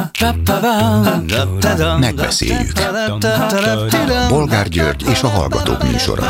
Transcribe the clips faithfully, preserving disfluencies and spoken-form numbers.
Megbeszéljük. Bolgár György és a Hallgatók műsora.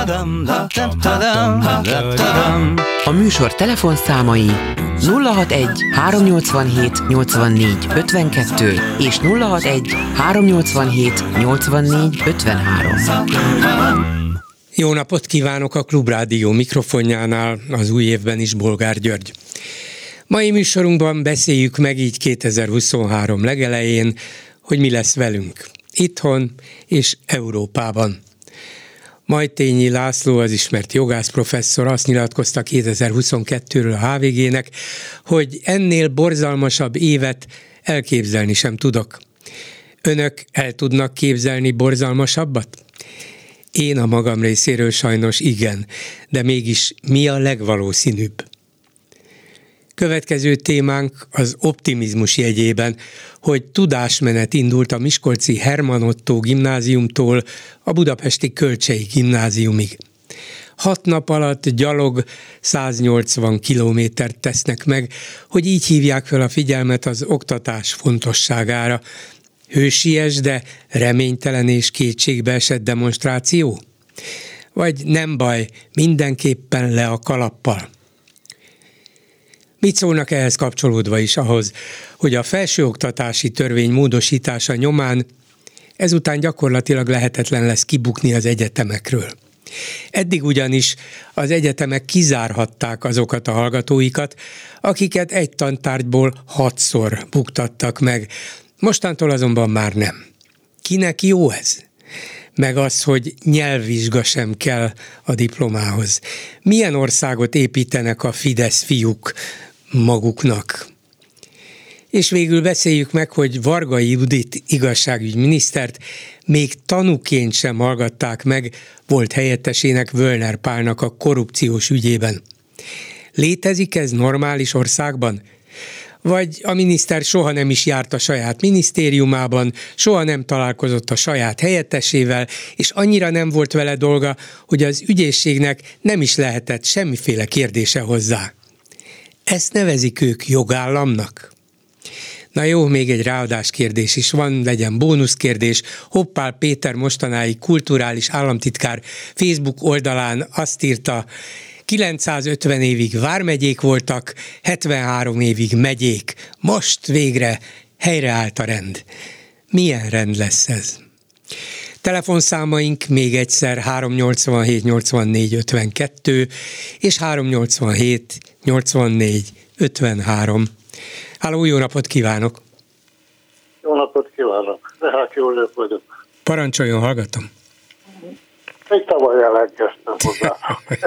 A műsor telefonszámai nulla hatvanegy háromnyolcvanhét nyolcvannégy ötvenkettő és nulla hatvanegy háromnyolcvanhét nyolcvannégy ötvenhárom. Jó napot kívánok a Klubrádió mikrofonjánál, az új évben is Bolgár György. Mai műsorunkban beszéljük meg így kétezer-huszonhárom legelején, hogy mi lesz velünk, itthon és Európában. Majtényi László, az ismert jogász professzor azt nyilatkozta kétezer-huszonkettőről a há vé gének, hogy ennél borzalmasabb évet elképzelni sem tudok. Önök el tudnak képzelni borzalmasabbat? Én a magam részéről sajnos igen, de mégis mi a legvalószínűbb? Következő témánk az optimizmus jegyében, hogy tudásmenet indult a miskolci Herman Ottó gimnáziumtól a budapesti Kölcsey gimnáziumig. Hat nap alatt gyalog száznyolcvan kilométert tesznek meg, hogy így hívják fel a figyelmet az oktatás fontosságára. Hősies, de reménytelen és kétségbeesett demonstráció? Vagy nem baj, mindenképpen le a kalappal? Mit szólnak ehhez kapcsolódva is ahhoz, hogy a felsőoktatási törvény módosítása nyomán ezután gyakorlatilag lehetetlen lesz kibukni az egyetemekről. Eddig ugyanis az egyetemek kizárhatták azokat a hallgatóikat, akiket egy tantárgyból hatszor buktattak meg. Mostantól azonban már nem. Kinek jó ez? Meg az, hogy nyelvvizsga sem kell a diplomához. Milyen országot építenek a Fidesz fiúk maguknak? És végül beszéljük meg, hogy Vargai Judit igazságügyminisztert még tanúként sem hallgatták meg volt helyettesének, Völner Pálnak a korrupciós ügyében. Létezik ez normális országban? Vagy a miniszter soha nem is járt a saját minisztériumában, soha nem találkozott a saját helyettesével, és annyira nem volt vele dolga, hogy az ügyészségnek nem is lehetett semmiféle kérdése hozzá. Ezt nevezik ők jogállamnak? Na jó, még egy ráadás kérdés is van, legyen bónuszkérdés. Hoppál Péter mostanáig kulturális államtitkár Facebook oldalán azt írta: kilencszázötven évig vármegyék voltak, hetvenhárom évig megyék. Most végre helyreállt a rend. Milyen rend lesz ez? Telefonszámaink még egyszer háromnyolcvanhét nyolcvannégy ötvenkettő és háromnyolcvanhét nyolcvannégy ötvenhárom. Háló, jó napot kívánok! Jó napot kívánok! Deák József vagyok. Parancsoljon, hallgatom. Még tavaly jelentkeztem hozzá.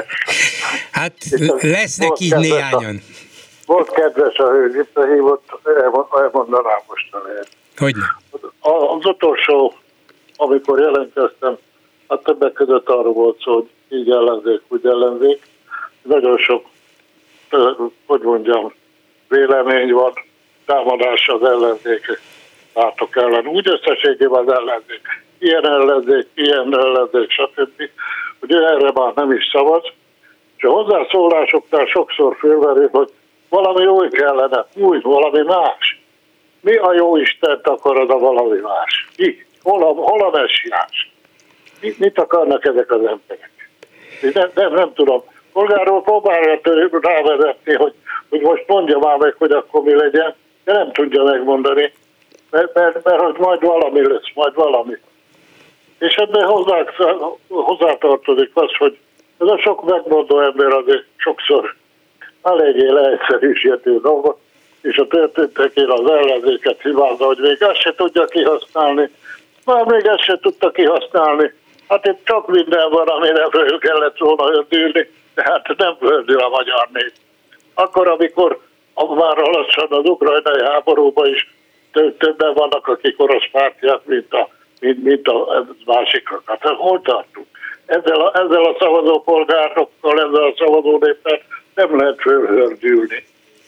Hát lesznek így néhányan. Volt kedves a hölgy, itt a hívott, elmondanám most a helyet. Hogyne? Az utolsó, amikor jelentkeztem, hát többek között arról volt szó, hogy így ellenzék, úgy ellenzék. Nagyon sok, hogy mondjam, vélemény van, támadás az ellenzék pártok ellen. Úgy összességében az ellenzék. Ilyen ellenzék, ilyen ellenzék, stb. Hogy erre már nem is szavaz. És a hozzászólásoknál sokszor fölmerül, hogy valami új kellene, új, valami más. Mi a jó Istent akarod a valami más? Mi? Hol a, hol a messiás? Mit, mit akarnak ezek az emberek? Nem, nem, nem tudom. Polgárról próbálja rávezetni, hogy, hogy most mondja már meg, hogy akkor mi legyen, de nem tudja megmondani, mert, mert, mert hogy majd valami lesz, majd valami. És ebben hozzá, hozzátartozik az, hogy ez a sok megmondó ember azért sokszor eléggé leegyszerűsítő dolgot, és a történtekén az ellenzéket hibázza, hogy még ezt se tudja kihasználni, már még ezt se tudta kihasználni. Hát itt csak minden van, amire föl kellett volna ördülni, de hát nem földül a magyar nép. Akkor, amikor már lassan az ukrajnai háborúban is többen vannak, akik orosz pártiak, mint a, mint, mint a másikak. Hát hol tartunk? Ezzel a, ezzel a szavazópolgárokkal, ezzel a szavazónéppel nem lehet fölhördülni.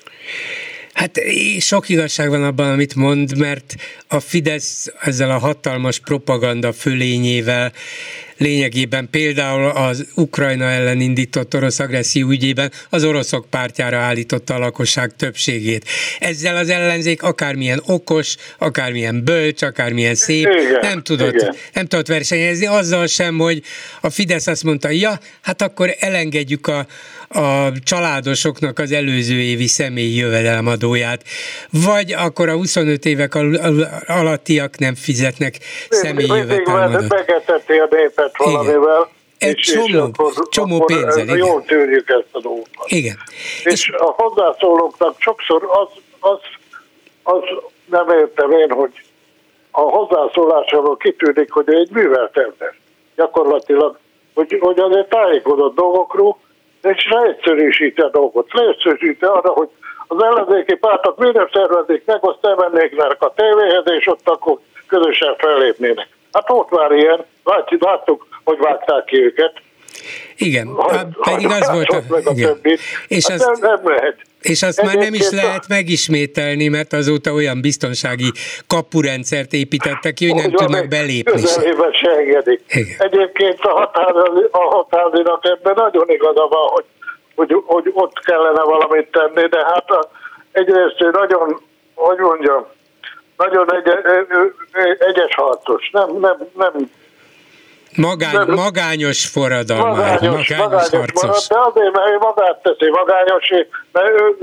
Hát sok igazság van abban, amit mond, mert a Fidesz ezzel a hatalmas propaganda fölényével lényegében például az Ukrajna ellen indított orosz agresszió ügyében az oroszok pártjára állította a lakosság többségét. Ezzel az ellenzék akármilyen okos, akármilyen bölcs, akármilyen szép, igen, nem tudott, igen. nem tudott versenyezni, azzal sem, hogy a Fidesz azt mondta, ja, hát akkor elengedjük a, a családosoknak az előző évi személyi jövedelemadóját, vagy akkor a huszonöt évek al- al- alattiak nem fizetnek személyi jövedelemadót. Megeteti a népet valamivel, egy és, csomó, és akkor, csomó akkor pénzzel, jól tűrjük ezt a dolgokat. Igen. És, és a hozzászólóknak sokszor az, az, az nem értem én, hogy a hozzászólásával kitűnik, hogy egy művelt ember. Gyakorlatilag, hogy, hogy azért tájékozott dolgokról, és leegyszerűsíti a dolgot. Leegyszerűsíti arra, hogy az ellenzéki pártok miért szervezik meg, azt elmennék a tévéhez, és ott akkor közösen fellépnének. Hát ott már ilyen, láttuk, hogy vágták ki őket. Igen, ha, pedig az volt a... a igen. És hát azt, nem, nem lehet. És azt már nem is lehet megismételni, mert azóta olyan biztonsági kapurendszert építettek ki, hogy nem tudnak belépni. Közelében se engedik. Igen. Egyébként a, határoz, a határozinak ebben nagyon igaza van, hogy, hogy, hogy ott kellene valamit tenni, de hát a, egyrészt nagyon, hogy mondjam, nagyon egy, egyes harcos, nem, nem, nem Magány, nem, magányos forradalma, magányos, magányos, magányos harcos. Marad, de azért, mert ő magát teszi magányos, mert ő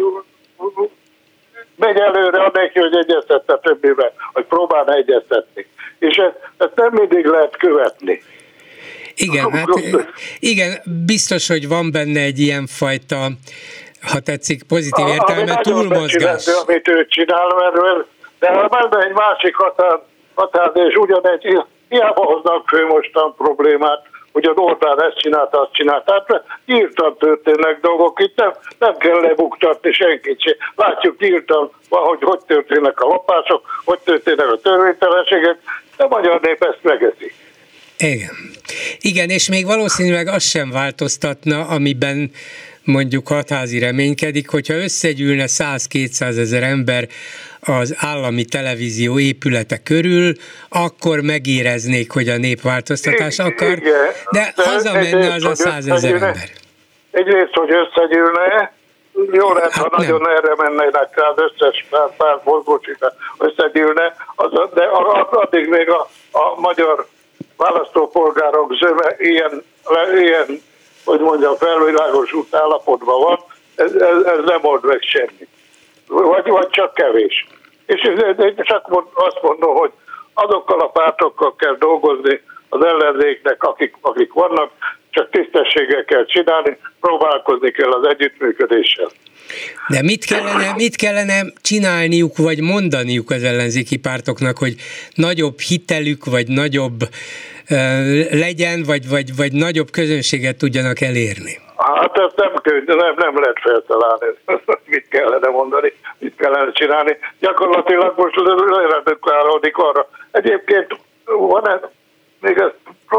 megy előre annélkül, hogy egyeztette többivel, hogy próbálna egyeztetni. És ezt, ezt nem mindig lehet követni. Igen, hát igen, biztos, hogy van benne egy ilyen fajta, ha tetszik, pozitív értelme, túlmozgás. Amit ő csinál, mert de ha menne egy másik határ, határ és ugyanegy, hiába hoznak fő mostan problémát, hogy a Orbán ezt csinálta, azt csinálta. Hát írtan történnek dolgok, itt nem, nem kell lebuktatni senkit se. Látjuk írtan, hogy hogy történnek a lopások, hogy történnek a törvénytelenségek, de a magyar nép ezt megeszi. Igen. Igen, és még valószínűleg az sem változtatna, amiben mondjuk Hatházi reménykedik, hogyha összegyűlne száz-kétszázezer ember az állami televízió épülete körül, akkor megéreznék, hogy a nép változtatás akar, igen, de, de hazamenne az a százezer ember. Egyrészt, hogy összegyűlne, jó lehet, hát ha nem. Nagyon erre mennének rá az összes pár, pár mozgócsika összegyűlne, az, de addig még a, a magyar választópolgárok zöme ilyen, ilyen hogy mondjam, felvilágosult állapotban van, ez, ez, ez nem old meg semmit. Vagy, vagy csak kevés. És csak azt mondom, hogy azokkal a pártokkal kell dolgozni az ellenzéknek, akik, akik vannak, csak tisztességgel kell csinálni, próbálkozni kell az együttműködéssel. De mit kellene, mit kellene csinálniuk, vagy mondaniuk az ellenzéki pártoknak, hogy nagyobb hitelük, vagy nagyobb uh, legyen, vagy, vagy, vagy nagyobb közönséget tudjanak elérni? Hát ezt nem, nem, nem lehet feltalálni, mit kellene mondani, mit kellene csinálni. Gyakorlatilag most leredukálódik arra. Egyébként van ez, még ezt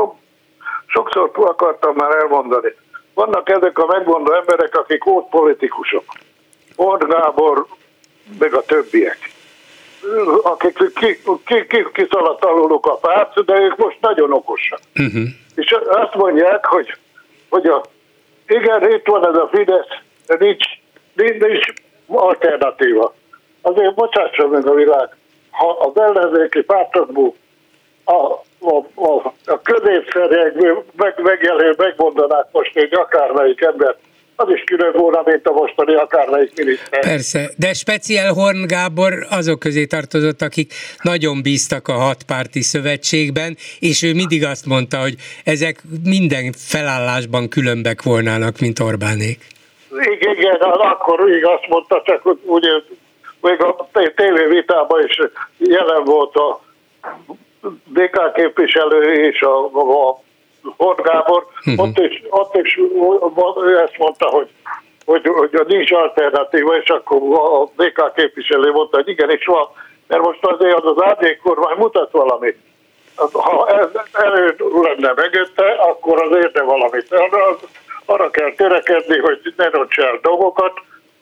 sokszor akartam már elmondani. Vannak ezek a megmondó emberek, akik volt politikusok. Horn Gábor, meg a többiek. Akik kiszaladt aluluk a párt, de ők most nagyon okosak. Uh-huh. És azt mondják, hogy, hogy a, igen, itt van ez a Fidesz, de nincs, nincs, nincs alternatíva. Azért bocsássa meg a világ, ha az ellenzéki pártokból a, a, a, a középszerűekből meg, megjelő, megmondanák most egy akármelyik embert, az is külön volna, mint a mostani akármelyik miniszter. Persze, de speciál Horn Gábor azok közé tartozott, akik nagyon bíztak a hatpárti szövetségben, és ő mindig azt mondta, hogy ezek minden felállásban különbek volnának, mint Orbánék. Igen, igen, akkor így azt mondta, csak ugye még a tévévitában is jelen volt a dé ká képviselő és a, a Horn Gábor, uh-huh. ott, is, ott is ő ezt mondta, hogy, hogy, hogy nincs alternatíva, és akkor a dé ká képviselő mondta, hogy igenis van, mert most azért az az árnyékkormány mutat valamit. Ha ez elő lenne mögötte, akkor az érde valamit. Arra kell törekedni, hogy ne rontsa el dolgokat,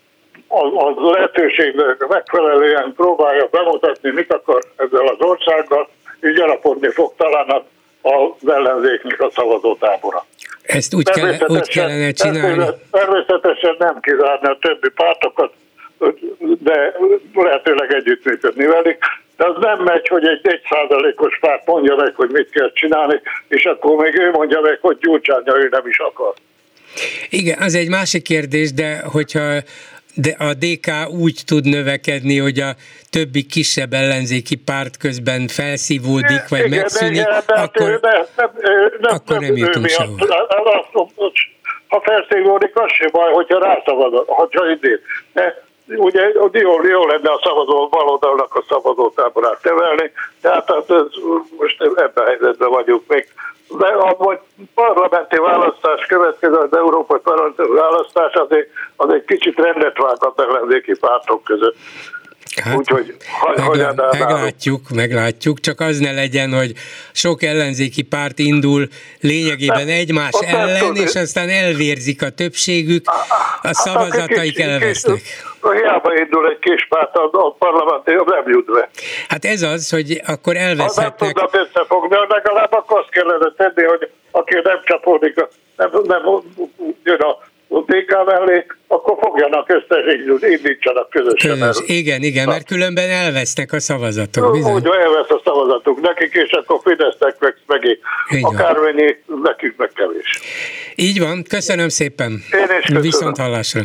az lehetőségnek megfelelően próbálja bemutatni, mit akar ezzel az országgal, és gyarapodni fog talán a az ellenzéknek a szavazótábora. Ezt úgy, kell, úgy kellene csinálni. Természetesen nem kizárni a többi pártokat, de lehetőleg együttműködni velük. De az nem megy, hogy egy egy százalékos párt mondja meg, hogy mit kell csinálni, és akkor még ő mondja meg, hogy Gyurcsánya ő nem is akar. Igen, az egy másik kérdés, de hogyha de a dé ká úgy tud növekedni, hogy a többi kisebb ellenzéki párt közben felszívódik, vagy igen, megszűnik, igen, de, akkor, de, de, de, akkor nem jutunk sehol. Ha felszívódik, az sem baj, hogyha rászavaz, hogyha idén. Ugye jó, jó lenne a szavazó baloldalnak a szavazótáborát nevelni, tehát hát ez, most ebben a helyzetben vagyunk még. De a parlamenti választás következő, az európai parlamenti választás az egy, az egy kicsit rendet vált a ellenzéki pártok között. Hát, Úgyhogy, meglá- meglátjuk, meglátjuk, csak az ne legyen, hogy sok ellenzéki párt indul lényegében nem, egymás ellen, és aztán elvérzik a többségük, a szavazataik hát, elvesznek. Hiába indul egy kis párt, a parlamenti nem jut be. Hát ez az, hogy akkor elveszhetnek. Nem tudnak összefogni, legalább akkor azt kellene tenni, hogy aki nem csapódik, nem, nem jön a a dé ká mellé, akkor fogjanak össze, és indítsanak közösen. Közös. Igen, igen, mert különben elvesznek a szavazatok. Bizony. Úgy elvesz a szavazatuk nekik, és akkor Fidesznek meg megé. Akármennyi, nekünk meg kevés. Így van, köszönöm szépen. Én is köszönöm. Viszont hallásra.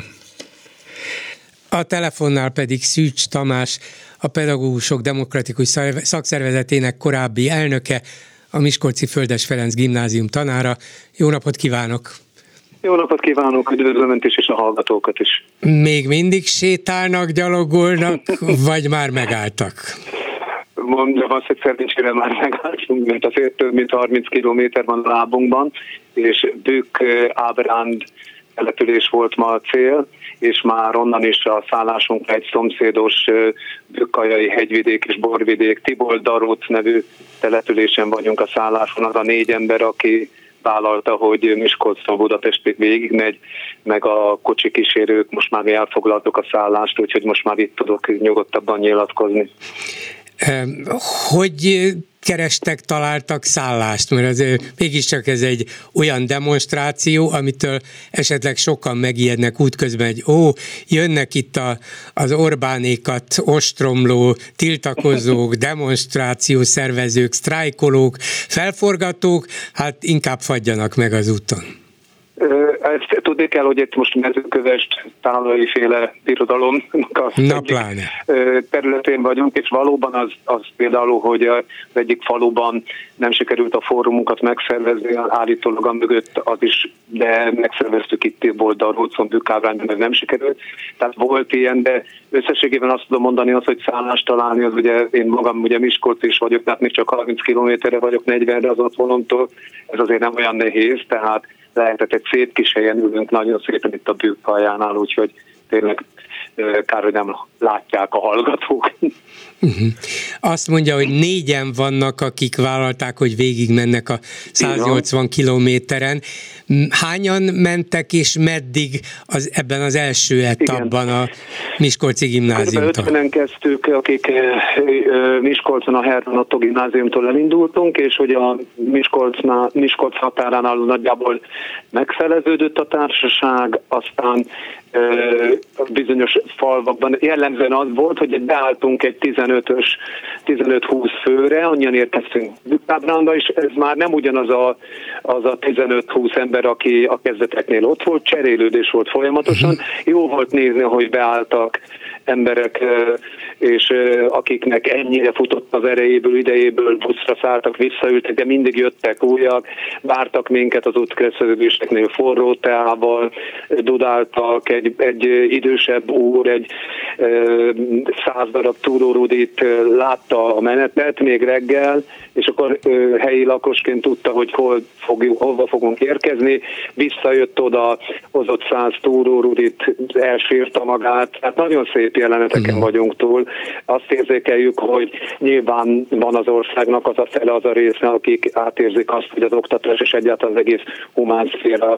A telefonnál pedig Szűcs Tamás, a Pedagógusok Demokratikus Szakszervezetének korábbi elnöke, a Miskolci Földes Ferenc Gimnázium tanára. Jó napot kívánok! Jó napot kívánok, üdvözlöm Önt is, és a hallgatókat is. Még mindig sétálnak, gyalogolnak, vagy már megálltak? Mondom azt, hogy szerencsére már megálltunk, mert azért több mint harminc kilométer van a lábunkban, és Bükk Ábránd település volt ma a cél, és már onnan is a szállásunk egy szomszédos Bükk-Kajai hegyvidék és borvidék, Tibold-Darót nevű településen vagyunk a szálláson. Az a négy ember, aki vállalta, hogy Miskolctól Budapestig végigmegy, meg a kocsi kísérők most már elfoglaltuk a szállást, úgyhogy most már itt tudok nyugodtabban nyilatkozni. Hogy kerestek, találtak szállást? Mert azért mégiscsak ez egy olyan demonstráció, amitől esetleg sokan megijednek útközben, hogy ó, jönnek itt a, az Orbánékat ostromló, tiltakozók, demonstráció szervezők, sztrájkolók, felforgatók, hát inkább fagyjanak meg az úton. Ezt tudni kell, hogy itt most Mezőkövesd Tálai féle birodalomnak a területén vagyunk, és valóban az, az például, hogy az egyik faluban nem sikerült a fórumunkat megszervezni, állítólag a mögött az is, de megszerveztük itt Tibold-Darócon, Bükk-Ábrányban, ez nem sikerült. Tehát volt ilyen, de összességében azt tudom mondani, az, hogy szállást találni, az ugye én magam ugye Miskolc is vagyok, tehát még csak harminc kilométerre vagyok, negyvenre az otthonomtól, ez azért nem olyan nehéz, tehát lehetett egy szép kis helyen ülünk, nagyon szépen itt a Bükk-Kajánál, úgyhogy tényleg kár, hogy nem látják a hallgatók. Uh-huh. Azt mondja, hogy négyen vannak, akik vállalták, hogy végigmennek a száznyolcvan kilométeren. Hányan mentek, és meddig az, ebben az első etapban a Miskolci Gimnáziumtól? ötvenen kezdtük, akik Miskolcon a Herman Otto Gimnáziumtól elindultunk, és hogy a Miskolc határánál nagyjából megfeleződött a társaság, aztán bizonyos falvakban jellemzően az volt, hogy beálltunk egy tizenötös, tizenöt-húsz főre, annyian érkeztünk Bükk-Ábrányba, és ez már nem ugyanaz a, az a tizenöt-húsz ember, aki a kezdeteknél ott volt, cserélődés volt folyamatosan. Jó volt nézni, hogy beálltak emberek, és akiknek ennyire futott az erejéből, idejéből, buszra szálltak, visszaültek, de mindig jöttek újak, vártak minket az útkereszteződéseknél forró teával, dudáltak, egy, egy idősebb úr, egy száz darab túrórudit látta a menetet még reggel, és akkor helyi lakosként tudta, hogy hol fogjuk, hova fogunk érkezni, visszajött oda, hozott száz túrórudit, elsírta magát, hát nagyon szép szép jeleneteken uh-huh. vagyunk túl. Azt érzékeljük, hogy nyilván van az országnak az a fele, az a része, akik átérzik azt, hogy az oktatás és egyáltalán az egész humán szféra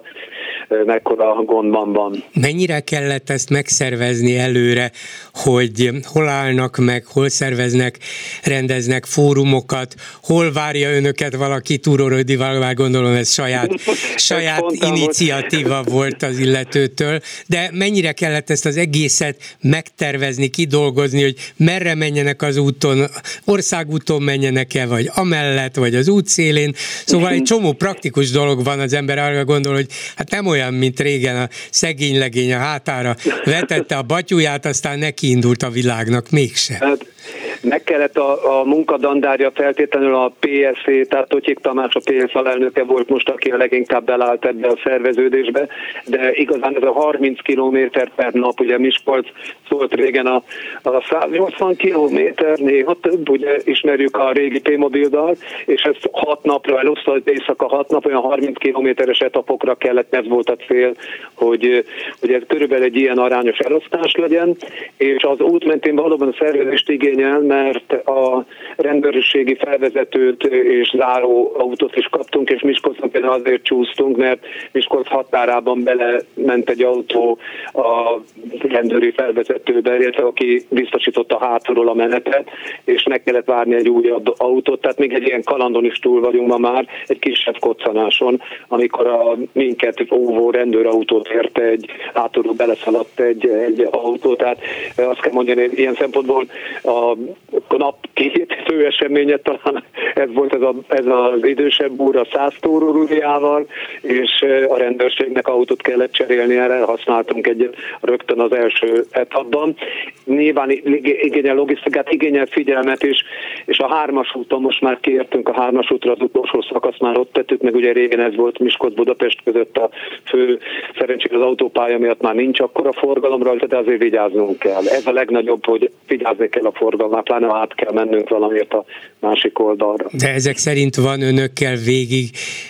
mekkora gondban van. Mennyire kellett ezt megszervezni előre, hogy hol állnak meg, hol szerveznek, rendeznek fórumokat, hol várja önöket valaki, Túró Rödival, már gondolom ez saját, saját iniciatíva volt. volt az illetőtől, de mennyire kellett ezt az egészet megtervezni, kidolgozni, hogy merre menjenek az úton, országúton menjenek-e, vagy amellett, vagy az útszélén. Szóval egy csomó praktikus dolog van, az ember arra gondol, hogy hát nem olyan, mint régen a szegény legény a hátára vetette a batyuját, aztán neki indult a világnak, mégse. Hát, meg kellett a, a munkadandárja feltétlenül a pé es é, tehát Totyik Tamás a pé es alelnöke volt most, aki a leginkább belállt ebbe a szerveződésbe, de igazán ez a harminc kilométer per nap, ugye Miskolc szólt régen a, a száznyolcvan kilométer, néha több, ugye ismerjük a régi P-mobildalt, és ez hat napra elosztott, éjszaka hat nap, olyan harminc kilométeres etapokra kellett, ez volt a cél, hogy, hogy ez körülbelül egy ilyen arányos elosztás legyen, és az út mentén valóban a szervezést igényel, mert a rendőrségi felvezetőt és záró autót is kaptunk, és Miskolcon például azért csúsztunk, mert Miskolc határában belement egy autó a rendőri felvezetőbe, illetve aki biztosította hátulról a menetet, és meg kellett várni egy újabb autót, tehát még egy ilyen kalandon is túl vagyunk ma már, egy kisebb koccanáson, amikor a minket óvó rendőrautót érte, egy hátulról beleszaladt egy, egy autó, tehát azt kell mondani, ilyen szempontból a nap két fő eseménye talán ez volt ez, a, ez az idősebb úr a száz túrórúdiával, és a rendőrségnek autót kellett cserélni, erre használtunk egy rögtön az első etapban. Nyilván igényel logisztikát, igényel figyelmet is, és a hármas úton most már kiértünk a hármas útra, az utolsó szakasz már ott tettük, meg ugye régen ez volt Miskolc-Budapest között a fő, szerencsére az autópálya miatt már nincs akkora forgalomra, de azért vigyáznunk kell. Ez a legnagyobb, hogy vigyázni kell a forgalomra, pláne át kell mennünk valamiért a másik oldalra. De ezek szerint van önökkel végig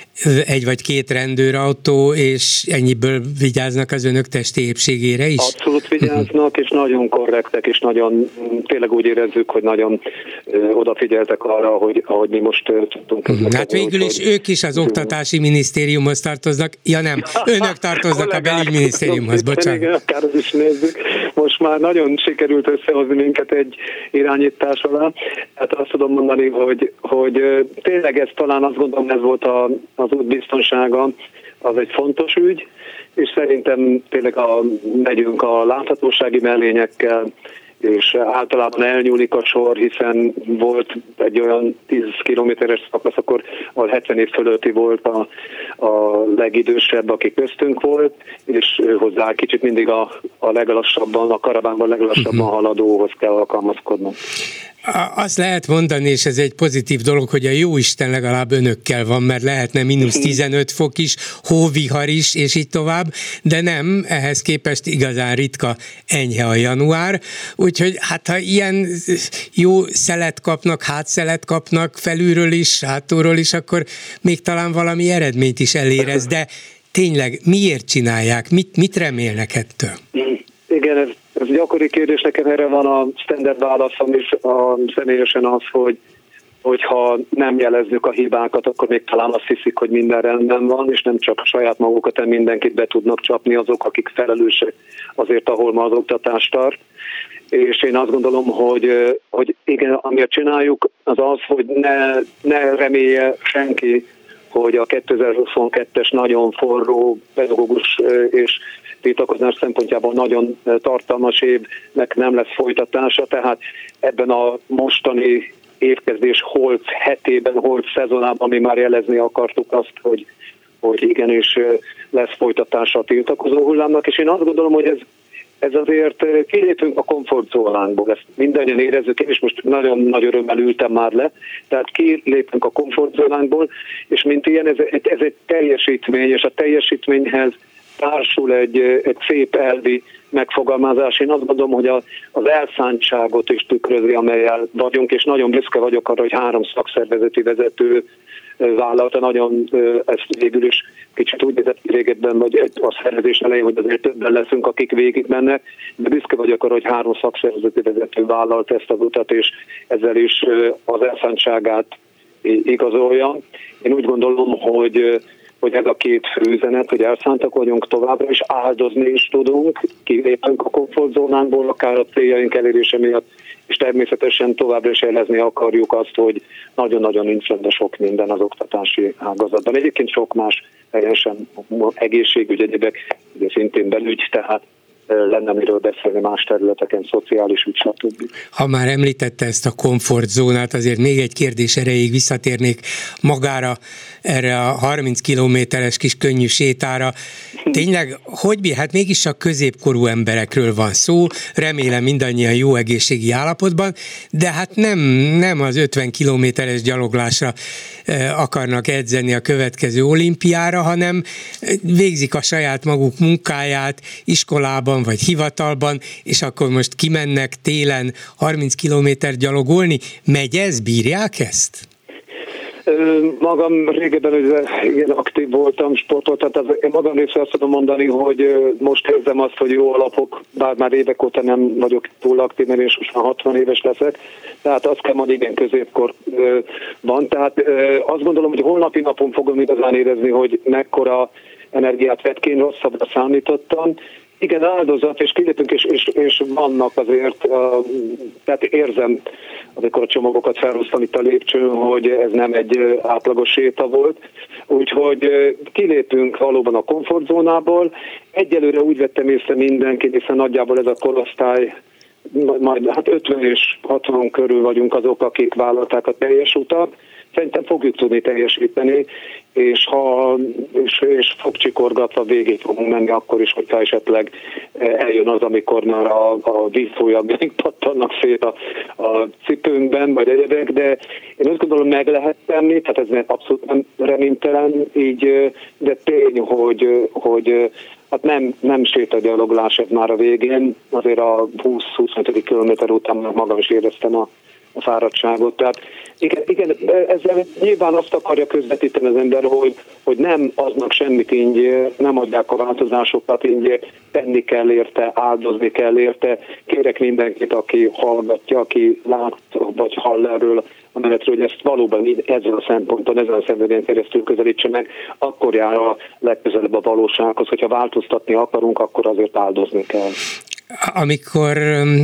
egy vagy két rendőrautó, és ennyiből vigyáznak az önök testi épségére is? Abszolút vigyáznak, és nagyon korrektek, és nagyon, tényleg úgy érezzük, hogy nagyon ö, odafigyeltek arra, hogy ahogy mi most ö, tudtunk. Hát végül is hogy... ők is az Oktatási Minisztériumhoz tartoznak, ja nem, önök tartoznak a Belügyminisztériumhoz, bocsánat. Igen, akár az is nézzük. Most már nagyon sikerült összehozni minket egy irányítás alá. Hát azt tudom mondani, hogy, hogy tényleg ez talán azt gondolom, ez volt a az útbiztonsága, az egy fontos ügy, és szerintem tényleg a, megyünk a láthatósági mellényekkel, és általában elnyúlik a sor, hiszen volt egy olyan tíz kilométeres szakasz, akkor ahol hetven év fölötti volt a, a legidősebb, aki köztünk volt, és hozzá kicsit mindig a, a leglassabban, a karavánban leglassabban haladóhoz kell alkalmazkodnunk. Azt lehet mondani, és ez egy pozitív dolog, hogy a jóisten legalább önökkel van, mert lehetne mínusz tizenöt fok is, hóvihar is, és így tovább, de nem, ehhez képest igazán ritka, enyhe a január, úgyhogy hát ha ilyen jó szelet kapnak, hátszelet kapnak felülről is, hátulról is, akkor még talán valami eredményt is elérez, de tényleg miért csinálják, mit, mit remélnek ettől? Igen, ez Ez gyakori kérdés, nekem erre van a standard válaszom is a, személyesen az, hogy hogyha nem jelezzük a hibákat, akkor még talán azt hiszik, hogy minden rendben van, és nem csak saját magukat, hanem mindenkit be tudnak csapni azok, akik felelősek azért, ahol ma az oktatás tart. És én azt gondolom, hogy, hogy igen, amit csináljuk, az az, hogy ne, ne remélje senki, hogy a kétezer-huszonkettes nagyon forró pedagógus és tiltakozás szempontjából nagyon tartalmas évnek nem lesz folytatása, tehát ebben a mostani évkezdés holt hetében, holt szezonában mi már jelezni akartuk azt, hogy, hogy igenis lesz folytatása a tiltakozó hullámnak, és én azt gondolom, hogy ez, ez azért kilépünk a komfortzónánkból, ezt mindannyian érezzük, én is most nagyon nagy örömmel ültem már le, tehát kilépünk a komfortzónánkból, és mint ilyen ez, ez egy teljesítmény, és a teljesítményhez társul egy, egy szép elvi megfogalmazás. Én azt gondolom, hogy az elszántságot is tükrözi, amellyel vagyunk, és nagyon büszke vagyok arra, hogy három szakszervezeti vezető vállalta, nagyon ezt végül is kicsit úgy nézett ki régebben, vagy a szervezés elején, hogy azért többen leszünk, akik végig mennek, de büszke vagyok arra, hogy három szakszervezeti vezető vállalt ezt az utat, és ezzel is az elszántságát igazolja. Én úgy gondolom, hogy hogy ez a két fő üzenet, hogy elszántak vagyunk továbbra, és áldozni is tudunk, kilépünk a komfortzónánkból, akár a céljaink elérése miatt, és természetesen továbbra is jelezni akarjuk azt, hogy nagyon-nagyon nincs rend, sok minden az oktatási ágazatban. Egyébként sok más teljesen egészségügy, egyébek, ugye szintén belügy, tehát lenne miről beszélni más területeken, szociális ügy, stb. Ha már említette ezt a komfortzónát, azért még egy kérdés erejéig visszatérnék magára, erre a harminc kilométeres kis könnyű sétára. Tényleg, hogy hát mégis csak középkorú emberekről van szó, remélem mindannyian jó egészségi állapotban, de hát nem, nem az ötven kilométeres gyaloglásra akarnak edzeni a következő olimpiára, hanem végzik a saját maguk munkáját iskolában vagy hivatalban, és akkor most kimennek télen harminc kilométer gyalogolni. Megy ez? Bírják ezt? Magam régebben igen, aktív voltam, sportoltam, tehát én magam részre azt tudom mondani, hogy most érzem azt, hogy jó alapok, bár már évek óta nem vagyok túl aktív, mert én most már hatvan éves leszek, tehát azt kell mondani, igen, középkor van, tehát azt gondolom, hogy holnapi napon fogom igazán érezni, hogy mekkora energiát vett ki, én rosszabbra számítottam. Igen, áldozat, és kilépünk, és, és, és vannak azért, uh, tehát érzem, amikor a csomagokat felhoztam itt a lépcsőn, hogy ez nem egy uh, átlagos séta volt. Úgyhogy uh, kilépünk valóban a komfortzónából. Egyelőre úgy vettem észre mindenki, hiszen nagyjából ez a korosztály, majd hát ötven és hatvan körül vagyunk azok, akik vállalták a teljes utat. Szerintem fogjuk tudni teljesíteni, és ha és, és fogcsikorgatva végig fogunk menni akkor is, hogyha esetleg eljön az, amikor már a, a vízfolyamjaink pattannak szét a, a cipőnkben, vagy egyebek, de én azt gondolom, meg lehet tenni, tehát ez abszolút nem reménytelen, így, de tény, hogy, hogy hát nem, nem sétagyaloglás ez már a végén, azért a húsz-huszonöt kilométer után magam is éreztem a a fáradtságot. Tehát igen, igen, ezzel nyilván azt akarja közvetíteni az ember, hogy, hogy nem adnak semmit ingyen, nem adják a változásokat ingyen, tenni kell érte, áldozni kell érte. Kérek mindenkit, aki hallgatja, aki lát vagy hall erről a menetről, hogy ezt valóban ezzel a szemponton, ezzel a szemben keresztül közelítse meg, akkor jár a legközelebb a valósághoz. Hogyha változtatni akarunk, akkor azért áldozni kell. Amikor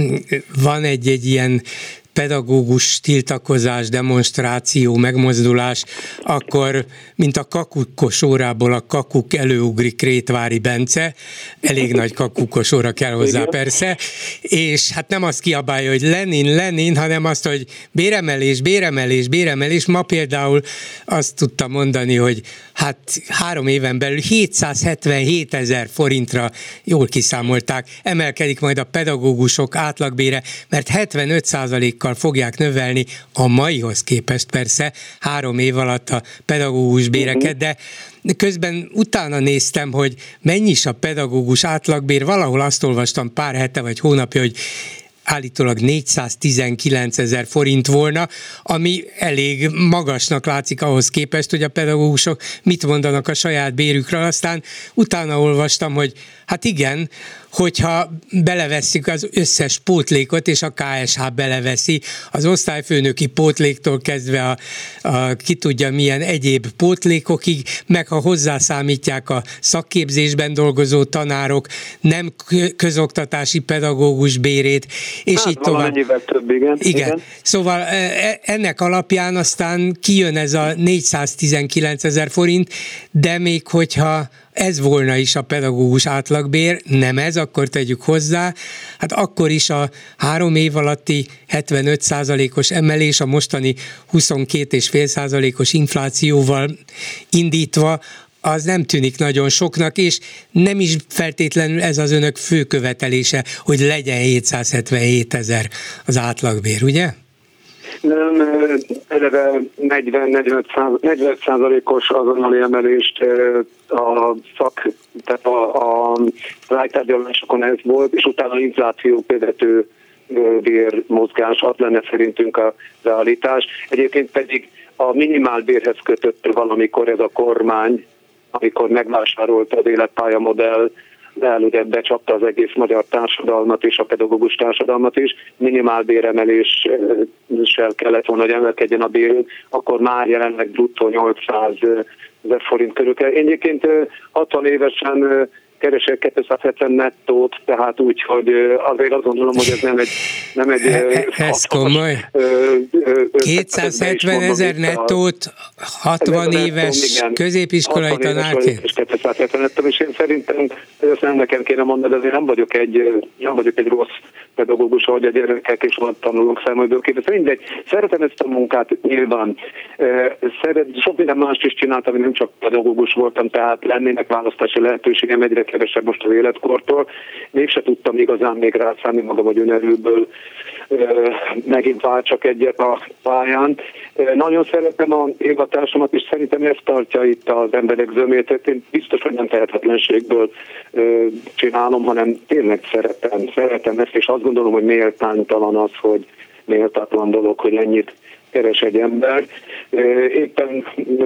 van egy-egy ilyen pedagógus tiltakozás, demonstráció, megmozdulás, akkor, mint a kakukkos órából a kakuk előugrik Rétvári Bence, elég nagy kakukkos óra kell hozzá persze, és hát nem azt kiabálja, hogy Lenin, Lenin, hanem azt, hogy béremelés, béremelés, béremelés. Ma például azt tudta mondani, hogy hát három éven belül hétszázhetvenhét ezer forintra, jól kiszámolták, emelkedik majd a pedagógusok átlagbére, mert hetvenöt százalékkal fogják növelni a maihoz képest persze három év alatt a pedagógus béreket, de közben utána néztem, hogy mennyi is a pedagógus átlagbér, valahol azt olvastam pár hete vagy hónapja, hogy állítólag négyszáztizenkilenc ezer forint volna, ami elég magasnak látszik ahhoz képest, hogy a pedagógusok mit mondanak a saját bérükről. Aztán utána olvastam, hogy hát igen, hogyha belevesszük az összes pótlékot, és a ká es há beleveszi az osztályfőnöki pótléktól kezdve a, a ki tudja milyen egyéb pótlékokig, meg ha hozzászámítják a szakképzésben dolgozó tanárok nem közoktatási pedagógus bérét, és hát, így tovább. Több, igen. Igen. igen. Szóval ennek alapján aztán kijön ez a négyszáztizenkilenc ezer forint, de még hogyha ez volna is a pedagógus átlagbér, nem ez, akkor tegyük hozzá, hát akkor is a három év alatti hetvenöt százalékos emelés, a mostani huszonkét egész öt százalékos inflációval indítva, az nem tűnik nagyon soknak, és nem is feltétlenül ez az önök fő követelése, hogy legyen hétszázhetvenhét ezer az átlagbér, ugye? Nem, eleve negyven-negyvenöt százalékos azonnali emelést a szak, tehát a, a rájtárgyalásokon ez volt, és utána infláció követő bérmozgás, az lenne szerintünk a realitás. Egyébként pedig a minimálbérhez kötött valamikor ez a kormány, amikor megvásárolta az életpályamodell, de ugye becsapta az egész magyar társadalmat és a pedagógus társadalmat is, minimálbéremeléssel kellett volna, hogy emelkedjen a bérünk, akkor már jelenleg bruttó nyolcszázezer forint körül kell. Én egyébként hatvan évesen keresek kétszázhetven nettót, tehát úgy, hogy azért azt gondolom, hogy ez nem egy... Nem egy ez komoly. kétszázhetven ezer nettót hatvan éves középiskolai tanárként. És kétszázhetven nettó, és én szerintem ezt nem nekem kéne mondani, de azért nem vagyok egy, nem vagyok egy rossz pedagógus, ahogy a gyerekek és van tanulók számából képest. Mindegy, szeretem ezt a munkát nyilván. Szeret, sok minden mást is csináltam, én nem csak pedagógus voltam, tehát lennének választási lehetőségem, egyre kevesebb most az életkortól. Mégse tudtam igazán még rászállni magam, hogy önerőből megint váltsak egyet a pályán. Nagyon szeretem a hivatásomat, és szerintem ezt tartja itt az emberek zömét. Én biztos, hogy nem tehetetlenségből csinálom, hanem tényleg szeretem, szeretem ezt, és azt gondolom, hogy méltánytalan az, hogy méltatlan dolog, hogy ennyit keres egy ember. Éppen,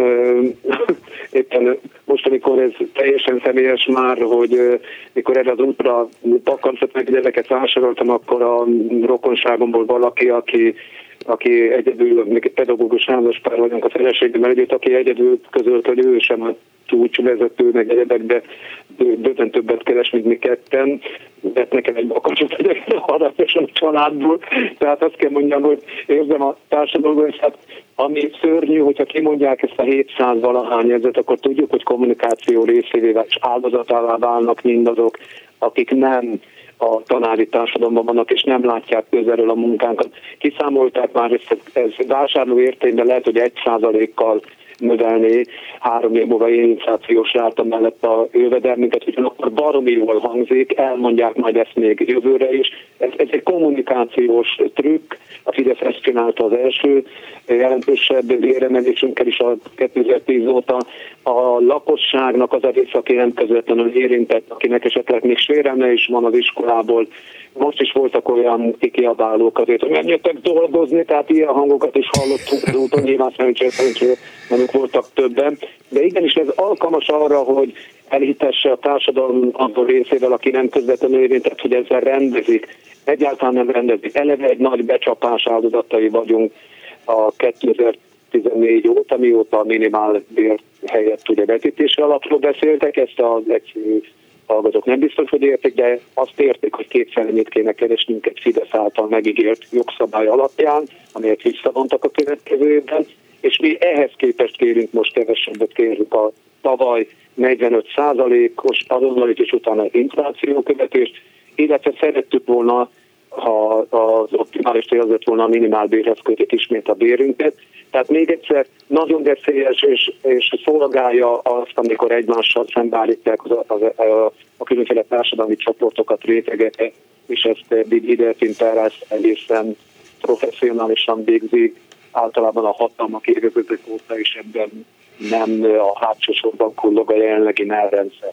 éppen most, amikor ez teljesen személyes már, hogy mikor erre az útra pakancsot meg gyereket vásároltam, akkor a rokonságomból valaki, aki aki egyedül, még egy pedagógus házaspár vagyunk a feleségemmel együtt, aki egyedül közölt, hogy ő sem a csúcsvezető, meg egyedek, de bőven többet keres, mint mi ketten. Vett nekem egy bakancsot egyébként a családból. Tehát azt kell mondjam, hogy érzem a társadalomban, és hát ami szörnyű, hogyha kimondják ezt a hétszáz valahány ezret, akkor tudjuk, hogy kommunikáció részévé és áldozatává válnak mindazok, akik nem a tanári társadalomban vannak, és nem látják közelről a munkánkat. Kiszámolták már, ezt, ez vásárló értékben lehet, hogy egy százalékkal növelni három év múlva inflációs ráta mellett a jövedelmünket, ugyanakkor baromi jól hangzik, elmondják majd ezt még jövőre is. Ez, ez egy kommunikációs trükk, a Fidesz ezt csinálta az első jelentősebb béremelésünkkel is a kétezer-tíz óta. A lakosságnak az a rész, aki nem közvetlenül érintett, akinek esetleg még sérelme is van az iskolából. Most is voltak olyan kikiabálók azért, hogy menjetek dolgozni, tehát ilyen hangokat is hallottunk az úton, nyilván szerencsére nem voltak többen. De igenis ez alkalmas arra, hogy elhitesse a társadalom abban részével, aki nem közvetlenül érintett, hogy ezzel rendezik. Egyáltalán nem rendezik. Eleve egy nagy becsapás áldozatai vagyunk a kétezer-tizennégy óta, mióta a minimálbér helyett ugye vetítési alapról beszéltek, ezt az egyszerű hallgatók nem biztos, hogy értik, de azt értik, hogy kétszer ennyit kéne keresnünk egy Fidesz által megígért jogszabály alapján, amelyet visszavontak a következő évben, és mi ehhez képest kérünk most kevesebbet, kérjük a tavaly negyvenöt százalékos azonnali és utána infláció követést, illetve szerettük volna, ha az optimális cél az lett volna a minimálbérhez kötött ismét a bérünket. Tehát még egyszer nagyon veszélyes és, és szolgálja azt, amikor egymással szembeállítják az, az, a, a különféle társadalmi csoportokat, rétegeket, és ezt eddig Ide-Pintára egészen professzionálisan végzi, általában a hatalmak égezetek óta is ebben nem a hátsó sorban kullog a jelenlegi nálrendszer.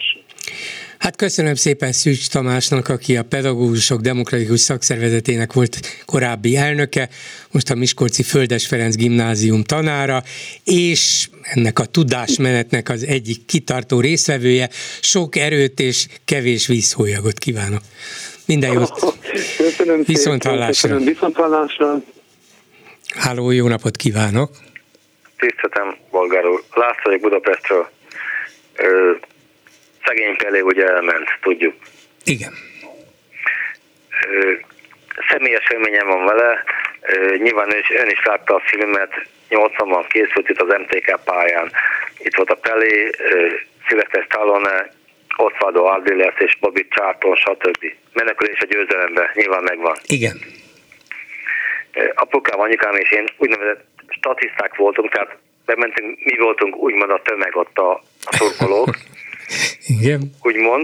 Hát köszönöm szépen Szűcs Tamásnak, aki a Pedagógusok Demokratikus Szakszervezetének volt korábbi elnöke, most a Miskolci Földes Ferenc Gimnázium tanára, és ennek a tudásmenetnek az egyik kitartó résztvevője. Sok erőt és kevés vízhólyagot kívánok. Minden jót! Köszönöm Viszont szépen, hallásra! köszönöm, viszont hallásra! Háló, jó napot kívánok! Tiszteltem, Bolgár úr. László vagyok Budapestről. Ö, szegény Pelé ugye elment, tudjuk. Igen. Ö, személyes élményem van vele. Ö, nyilván ön is, ön is látta a filmet, nyolcvanban készült itt az em té ká pályán. Itt volt a Pelé, Sylvester Stallone, Osvaldo Ardiles és Bobby Charlton, stb. Menekülés a győzelembe, nyilván megvan. Igen. Apukám, anyukám és én úgynevezett statiszták voltunk, tehát bementünk, mi voltunk úgymond a tömeg ott a, a szurkolók. Igen. Úgymond.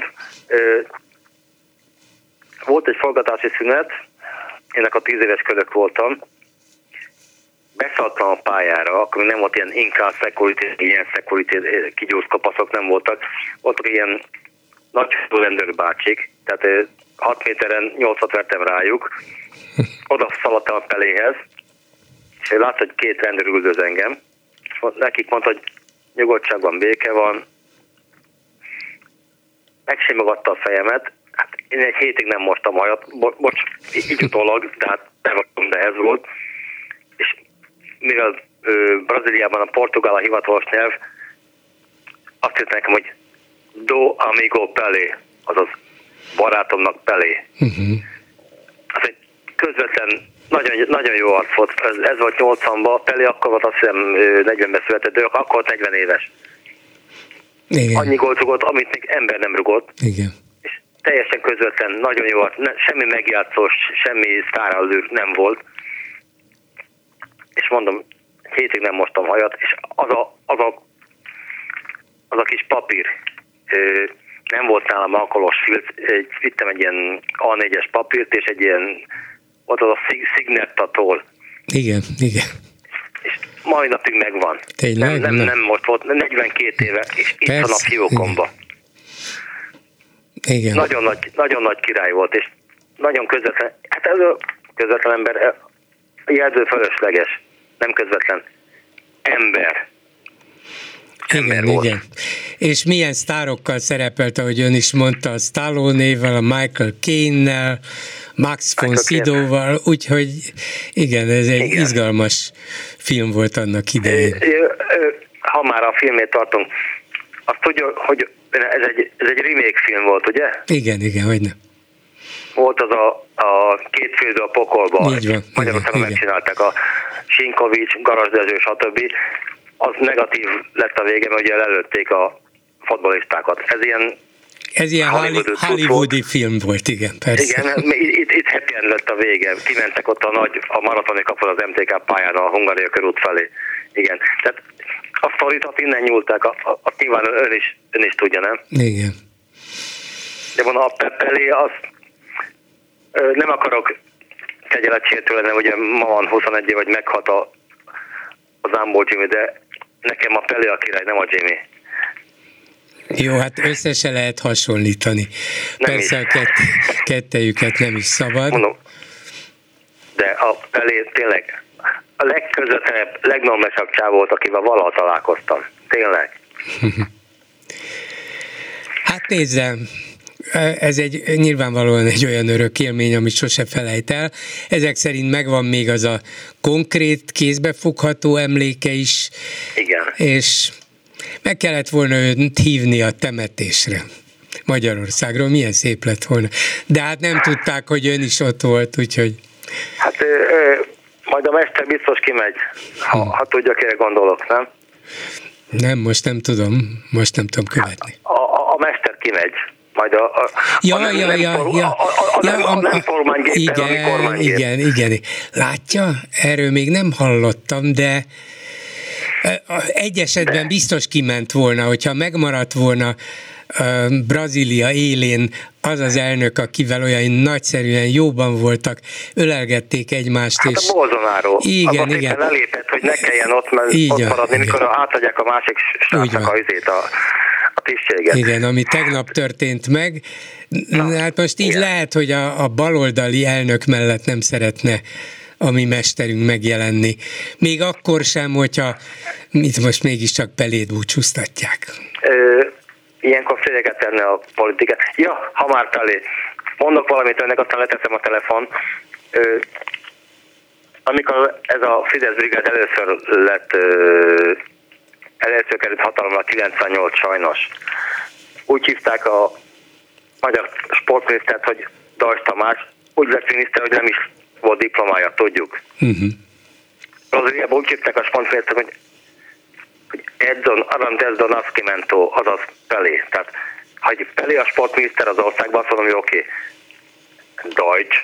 Volt egy forgatási szünet, én a tíz éves kölök voltam, beszálltam a pályára, akkor nem volt ilyen inkább security, ilyen security kigyúrszkapaszok nem voltak, voltak ilyen nagy rendőrbácsik, tehát hat méteren nyolcat vertem rájuk, oda szaladtam a peléhez, és látszott, hogy két rendőr üldöz engem, és nekik mondta, hogy nyugodtságban béke van, megsimogatta a fejemet, hát én egy hétig nem mostam hajat, bo- bocs, így utólag, tehát bevallom, de ez volt, és mivel ö, Brazíliában a portugál a hivatalos nyelv, azt írt nekem, hogy do amigo Pelé, azaz barátomnak Pelé. Uh-huh. Az egy közvetlen, nagyon, nagyon jó arc volt, ez, ez volt nyolcvanban, Pelé akkor volt azt hiszem negyvenben született, de akkor volt negyven éves. Igen. Annyi gólt rugott, amit még ember nem rugott. Igen. És teljesen közvetlen, nagyon jó arc, ne, semmi megjátszós, semmi sztárallőr nem volt. És mondom, hétig nem mostam hajat, és az a, az a, az a kis papír, ö, nem volt nálam alkoholos filc, egy, vittem egy ilyen á négyes papírt, és egy ilyen, ott az a Signetatól. Igen, igen. És mai napig megvan. Tényleg? Nem, nem, nem most volt, negyvenkét éve, és itt van a fiókomba. Igen. Nagyon nagy, nagyon nagy király volt, és nagyon közvetlen, hát ez a közvetlen ember, jelző fölösleges, nem közvetlen, ember. Igen, volt. Igen. És milyen sztárokkal szerepelt, ahogy ön is mondta, a Stallone-vel, a Michael Caine-nel, Max von Sydowval, úgyhogy igen, ez egy igen. izgalmas film volt annak idején. Ha már a filmét tartunk, azt tudja, hogy ez egy, ez egy remake film volt, ugye? Igen, igen, hogyne. Volt az a, a két fürdő a pokolban, Magyarországon megcsinálták a Sinkovics, Garas Dezső, stb. Az negatív lett a vége, mert ugye lelőtték a fotbalistákat. Ez ilyen Ez ilyen hollywoodi, hollywoodi film volt, igen, persze. Igen, itt, itt happy end lett a vége. Kimentek ott a nagy, a maratoni kapon az em té ká pályán a Hungária körút felé. Igen, tehát a sztoritot innen nyúlták, a, a, a nyilván ön is, ön is tudja, nem? Igen. De van a Pelé, az nem akarok kegyeletsértő lenni, ugye ma van huszonegy év, vagy meghalt a, az Ámbol Jimmy, de nekem a Pelé a király, nem a Jimmy. Jó, hát össze se lehet hasonlítani. Nem Persze is. a kett, kettejüket nem is szabad. Mondom, de a Pelé tényleg a legközvetlenebb, legnormálisabb csáv volt, akivel valaha találkoztam. Tényleg. Hát nézzem, ez egy nyilvánvalóan egy olyan örök élmény, amit sose felejt el. Ezek szerint megvan még az a konkrét, kézbefogható emléke is. Igen. És meg kellett volna őt hívni a temetésre Magyarországról, milyen szép lett volna. De hát nem tudták, hogy ön is ott volt, úgyhogy... Hát ö, ö, majd a mester biztos kimegy, ha, ha tudja, kire gondolok, nem? Nem, most nem tudom, most nem tudom követni. A, a, a mester kimegy. Majd a, a, ja, a nem, ja, nem ja, for, ja, a, a, a, ja, nem, a, a nem kormánygépen, igen, ami kormánygép. Igen, igen. Látja, erről még nem hallottam, de egy esetben de. biztos kiment volna, hogyha megmaradt volna uh, Brazília élén az az elnök, akivel olyan nagyszerűen jóban voltak, ölelgették egymást. Hát és... a Bolsonaro. Igen, abban igen. Lelépett, hogy ne kelljen ott, mert így ott van, maradni, igen. mikor átadják a másik stábnak a üzét, a, a tisztséget. Igen, ami tegnap történt meg. Na, hát most így igen. lehet, hogy a, a baloldali elnök mellett nem szeretne a mi mesterünk megjelenni. Még akkor sem, hogyha mit most mégiscsak Pelét búcsúztatják. Ö, ilyenkor félreget tenni a politikát. Ja, ha már Pelé, mondok valamit önnek, aztán leteszem a telefon. Ö, amikor ez a Fidesz brigád először lett, ö, először került hatalomra, kilencvennyolc sajnos. Úgy hívták a magyar sportminisztert, hogy Dajs Tamás, úgy lett miniszter, hogy nem is volt diplomája, tudjuk. Uh-huh. Brazíliában úgy hívták a sportminisztert, hogy, hogy Edson Arantes do Nascimento, azaz Pelé. Tehát, ha egy Pelé a sportminiszter az országban, azt mondom, hogy oké. Okay. Deutsch.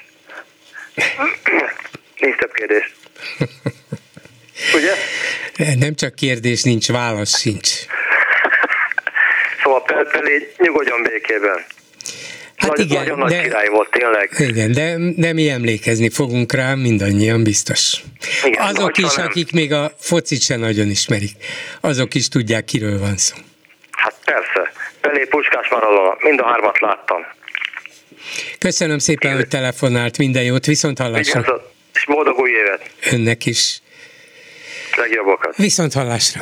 Nincs több kérdés. Ugye? Nem csak kérdés, nincs, válasz sincs. Szóval Pelé nyugodjon békében. Hát Nagy, igen, nagyon de, nagy király volt tényleg. Igen, de, de mi emlékezni fogunk rá, mindannyian biztos. Igen, azok is, nem. akik még a focit sem nagyon ismerik, azok is tudják, kiről van szó. Hát persze. Pelé, Puskás, Maradona, mind a hármat láttam. Köszönöm szépen, Én... hogy telefonált, minden jót, viszont hallásra. Vigyázzat, és boldog új évet. Önnek is. Legjobbakat. Viszont hallásra.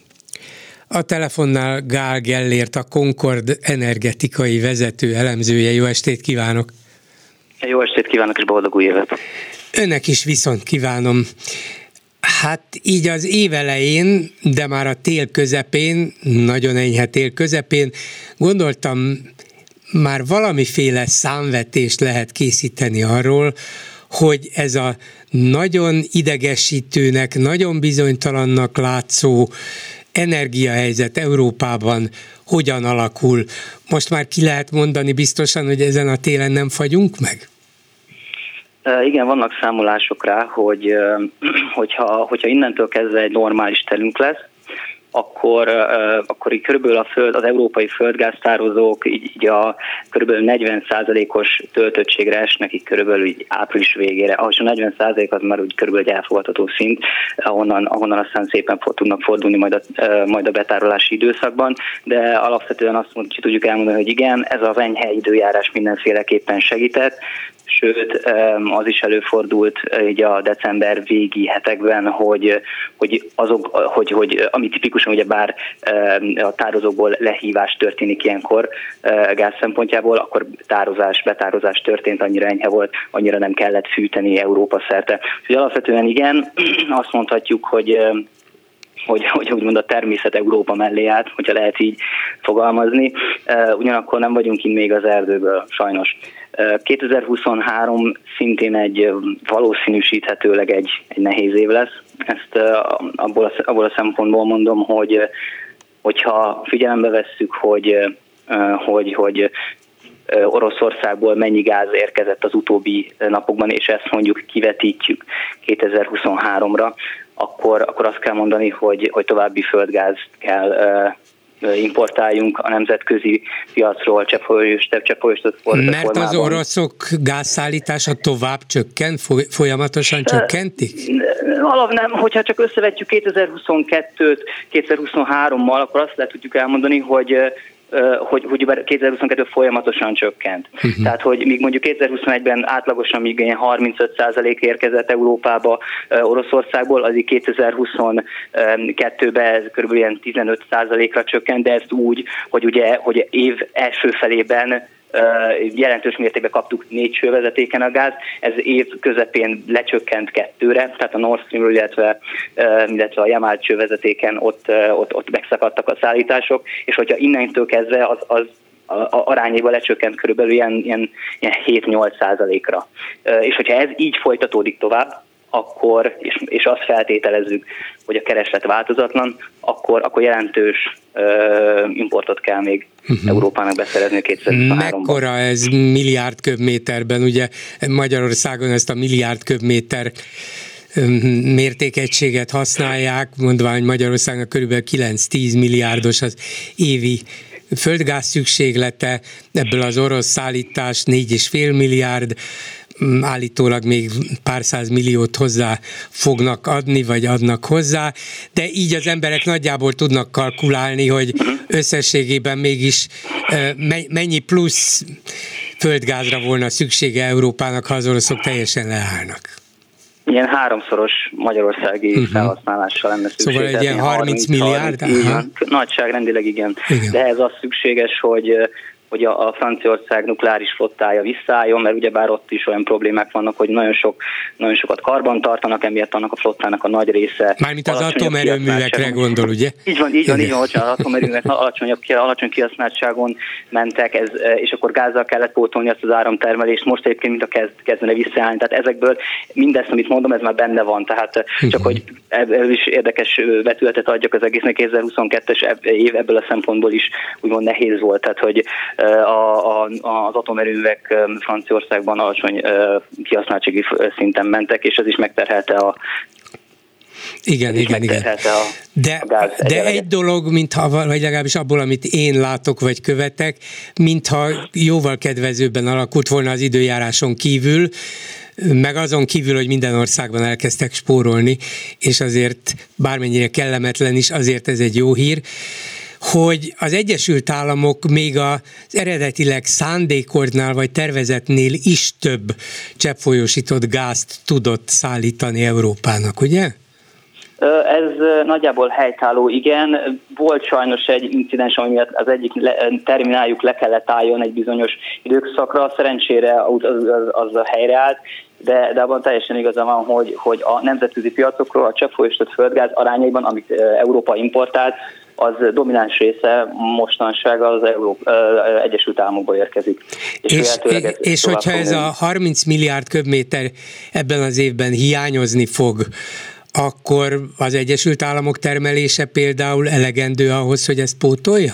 A telefonnál Gál Gellért, a Concord energetikai vezető elemzője. Jó estét kívánok! Jó estét kívánok, és boldog új évet! Önnek is viszont kívánom. Hát így az év elején, de már a tél közepén, nagyon enyhe tél közepén, gondoltam, már valamiféle számvetést lehet készíteni arról, hogy ez a nagyon idegesítőnek, nagyon bizonytalannak látszó energiahelyzet Európában hogyan alakul. Most már ki lehet mondani biztosan, hogy ezen a télen nem fagyunk meg? Igen, vannak számolások rá, hogy hogyha, hogyha innentől kezdve egy normális telünk lesz, akkor, akkor így körülbelül a föld, az európai földgáztározók így, így a körülbelül negyven százalékos töltöttségre esnek így körülbelül így április végére. Ahogy a negyven százalék az már úgy körülbelül egy elfogadható szint, ahonnan, ahonnan aztán szépen tudnak fordulni majd a, majd a betárolási időszakban, de alapvetően azt mondjuk, tudjuk elmondani, hogy igen, ez az enyhe időjárás mindenféleképpen segített, sőt, az is előfordult így a december végi hetekben, hogy, hogy azok, hogy, hogy ami tipikusan ugye bár a tározókból lehívás történik ilyenkor gáz szempontjából, akkor tározás, betározás történt, annyira enyhe volt, annyira nem kellett fűteni Európa szerte. Úgyhogy alapvetően igen, azt mondhatjuk, hogy hogy, hogy úgymond a természet Európa mellé állt, hogyha lehet így fogalmazni. Ugyanakkor nem vagyunk itt még az erdőből, sajnos. kétezer-huszonhárom szintén egy valószínűsíthetőleg egy, egy nehéz év lesz. Ezt abból a, abból a szempontból mondom, hogy hogyha figyelembe vesszük, hogy, hogy, hogy Oroszországból mennyi gáz érkezett az utóbbi napokban, és ezt mondjuk kivetítjük kétezer-huszonháromra, akkor, akkor azt kell mondani, hogy, hogy további földgázt kell importáljunk a nemzetközi piacról, cseppfolyós, cseppfolyós formában. Mert az oroszok gázszállítása tovább csökkent, folyamatosan csökkentik? Alap nem, hogyha csak összevetjük kétezer-huszonkettőt kétezer-huszonhárommal, akkor azt lehet tudjuk elmondani, hogy hogy, hogy kétezer-huszonkettő folyamatosan csökkent. Uh-huh. Tehát, hogy míg mondjuk kétezer-huszonegyben átlagosan még ilyen harmincöt százalék érkezett Európába Oroszországból, az így kétezer-huszonkettőben ez kb. Ilyen tizenöt százalékra csökkent, de ezt úgy, hogy ugye hogy év első felében jelentős mértékben kaptuk négy csővezetéken a gáz, ez év közepén lecsökkent kettőre, tehát a Nord Streamről, illetve, illetve a Yamal csővezetéken ott, ott, ott megszakadtak a szállítások, és hogyha innentől kezdve az, az arányaiban lecsökkent körülbelül ilyen, ilyen, ilyen hét-nyolc százalékra. És hogyha ez így folytatódik tovább, akkor, és, és azt feltételezzük, hogy a kereslet változatlan, akkor, akkor jelentős uh, importot kell még uh-huh. Európának beszerezni kétezer-huszonháromban. Mekkora ez milliárd köbméterben? Ugye Magyarországon ezt a milliárd köbméter mértékegységet használják, mondván, hogy Magyarországnak körülbelül kilenc-tíz milliárdos az évi földgáz szükséglete, ebből az orosz szállítás négy és fél milliárd, állítólag még pár száz milliót hozzá fognak adni, vagy adnak hozzá, de így az emberek nagyjából tudnak kalkulálni, hogy összességében mégis mennyi plusz földgázra volna szüksége Európának, ha az oroszok teljesen leállnak. Ilyen háromszoros magyarországi uh-huh. felhasználással lenne szükség. Szóval egy ilyen harminc milliárd? Nagyságrendileg igen. igen. De ez az szükséges, hogy hogy a, a Franciaország nukleáris flottája visszaálljon, mert ugyebár ott is olyan problémák vannak, hogy nagyon, sok, nagyon sokat karban tartanak, emiatt annak a flottának a nagy része. Mármint az atomerőművekre gondol, ugye? Így van, így van, így van, hogy az atomerőművek alacsonyabb, alacsony kihasználtságon mentek, ez, és akkor gázzal kellett pótolni azt az áramtermelést, most egyébként mint a kezd, kezdene visszaállni. Tehát ezekből mindezt, amit mondom, ez már benne van, tehát csak hogy ebből is érdekes vetületet adjak az egésznek, kétezer-huszonkettes év ebből a szempontból is úgymond nehéz volt, tehát hogy A, a, az atomerőművek Franciaországban alacsony kihasználtsági szinten mentek, és ez is megterhelte a Igen, igen, igen. A, de a de egy dolog, mintha, vagy legalábbis abból, amit én látok, vagy követek, mintha jóval kedvezőbben alakult volna az időjáráson kívül, meg azon kívül, hogy minden országban elkezdtek spórolni, és azért bármennyire kellemetlen is, azért ez egy jó hír, hogy az Egyesült Államok még az eredetileg szándékoltnál vagy tervezetnél is több cseppfolyósított gázt tudott szállítani Európának, ugye? Ez nagyjából helytálló, igen. Volt sajnos egy incidens, ami miatt az egyik termináljuk le kellett álljon egy bizonyos időszakra. Szerencsére az, az, az a helyre állt, de, de abban teljesen igaza van, hogy, hogy a nemzetközi piacokról a cseppfolyósított földgáz arányaiban, amit Európa importált, az domináns része mostanság az Európa, Egyesült Államokból érkezik. És, és, és hogyha ez a harminc milliárd köbméter ebben az évben hiányozni fog, akkor az Egyesült Államok termelése például elegendő ahhoz, hogy ezt pótolja?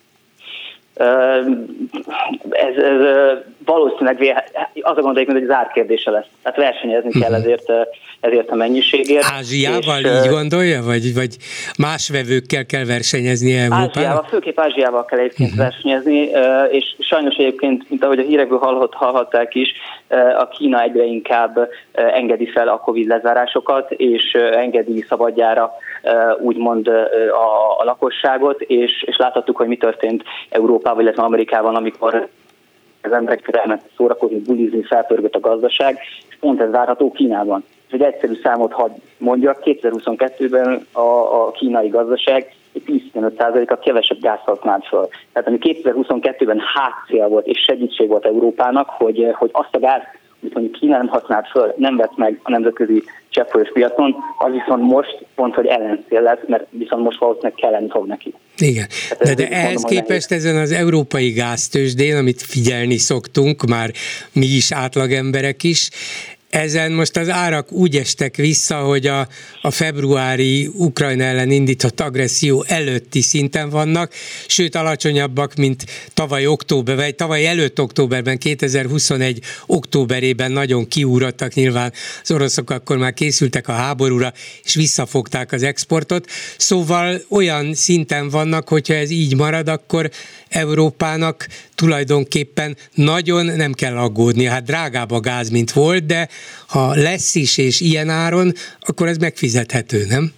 Ez, ez valószínűleg az a gondoljuk, hogy az árkérdése lesz. Tehát versenyezni kell ezért, ezért a mennyiségért. Ázsiával és, így gondolja? Vagy, vagy más vevőkkel kell versenyezni Európának? Ázsiával, főképp Ázsiával kell egyébként uh-huh. versenyezni, és sajnos egyébként, mint ahogy a hírekből hallhat, hallhatták is, a Kína egyre inkább engedi fel a Covid lezárásokat, és engedi szabadjára úgymond a, a lakosságot, és, és láthattuk, hogy mi történt Európában, illetve Amerikában, amikor az emberek elmentek szórakozni, bulizni, felpörgött a gazdaság, és pont ez várható Kínában. És egy egyszerű számot hadd mondjak, kétezer-huszonkettőben a, a kínai gazdaság egy tíz-tizenöt százaléka kevesebb gáz használt föl. Tehát ami kétezer-huszonkettőben hátcél volt és segítség volt Európának, hogy, hogy azt a gáz, amit mondjuk Kína nem használt föl, nem vett meg a nemzetközi cseppfolyós piacon, az viszont most pont, hogy ellenszél lesz, mert viszont most valószínűleg kelleni fog neki. Igen, de, de ehhez mondom, képest ezen az európai gáztőzsdén, amit figyelni szoktunk, már mi is átlagemberek is, ezen most az árak úgy estek vissza, hogy a, a februári Ukrajna ellen indított agresszió előtti szinten vannak, sőt alacsonyabbak, mint tavaly október, vagy tavaly előtt októberben, kétezer-huszonegy októberében nagyon kiúrottak, nyilván az oroszok akkor már készültek a háborúra, és visszafogták az exportot, szóval olyan szinten vannak, hogyha ez így marad, akkor Európának tulajdonképpen nagyon nem kell aggódni. Hát drágább a gáz, mint volt, de ha lesz is és ilyen áron, akkor ez megfizethető, nem?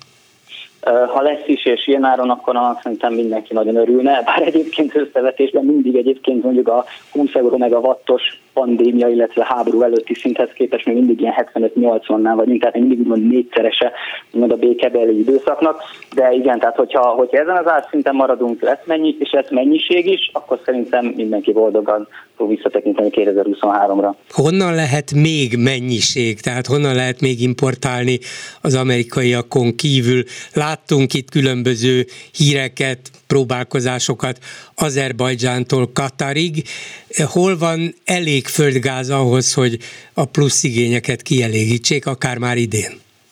Ha lesz is és ilyen áron, akkor annak szerintem mindenki nagyon örülne, bár egyébként összevetésben mindig egyébként mondjuk a húsz euró meg a wattos pandémia, illetve háború előtti szinthez képest még mindig ilyen hetvenöt-nyolcvannál vagyunk, tehát mindig úgymond négyszerese a békebeli időszaknak, de igen, tehát hogyha, hogyha ezen az árszinten maradunk, lesz mennyi, és lesz mennyiség is, akkor szerintem mindenki boldogan fog visszatekinteni kétezer-huszonháromra. Honnan lehet még mennyiség, tehát honnan lehet még importálni az amerikaiakon kívül? Láttunk itt különböző híreket, próbálkozásokat Azerbajdzsántól Katarig. Hol van elég földgáz ahhoz, hogy a plusz igényeket kielégítsék, akár már idén?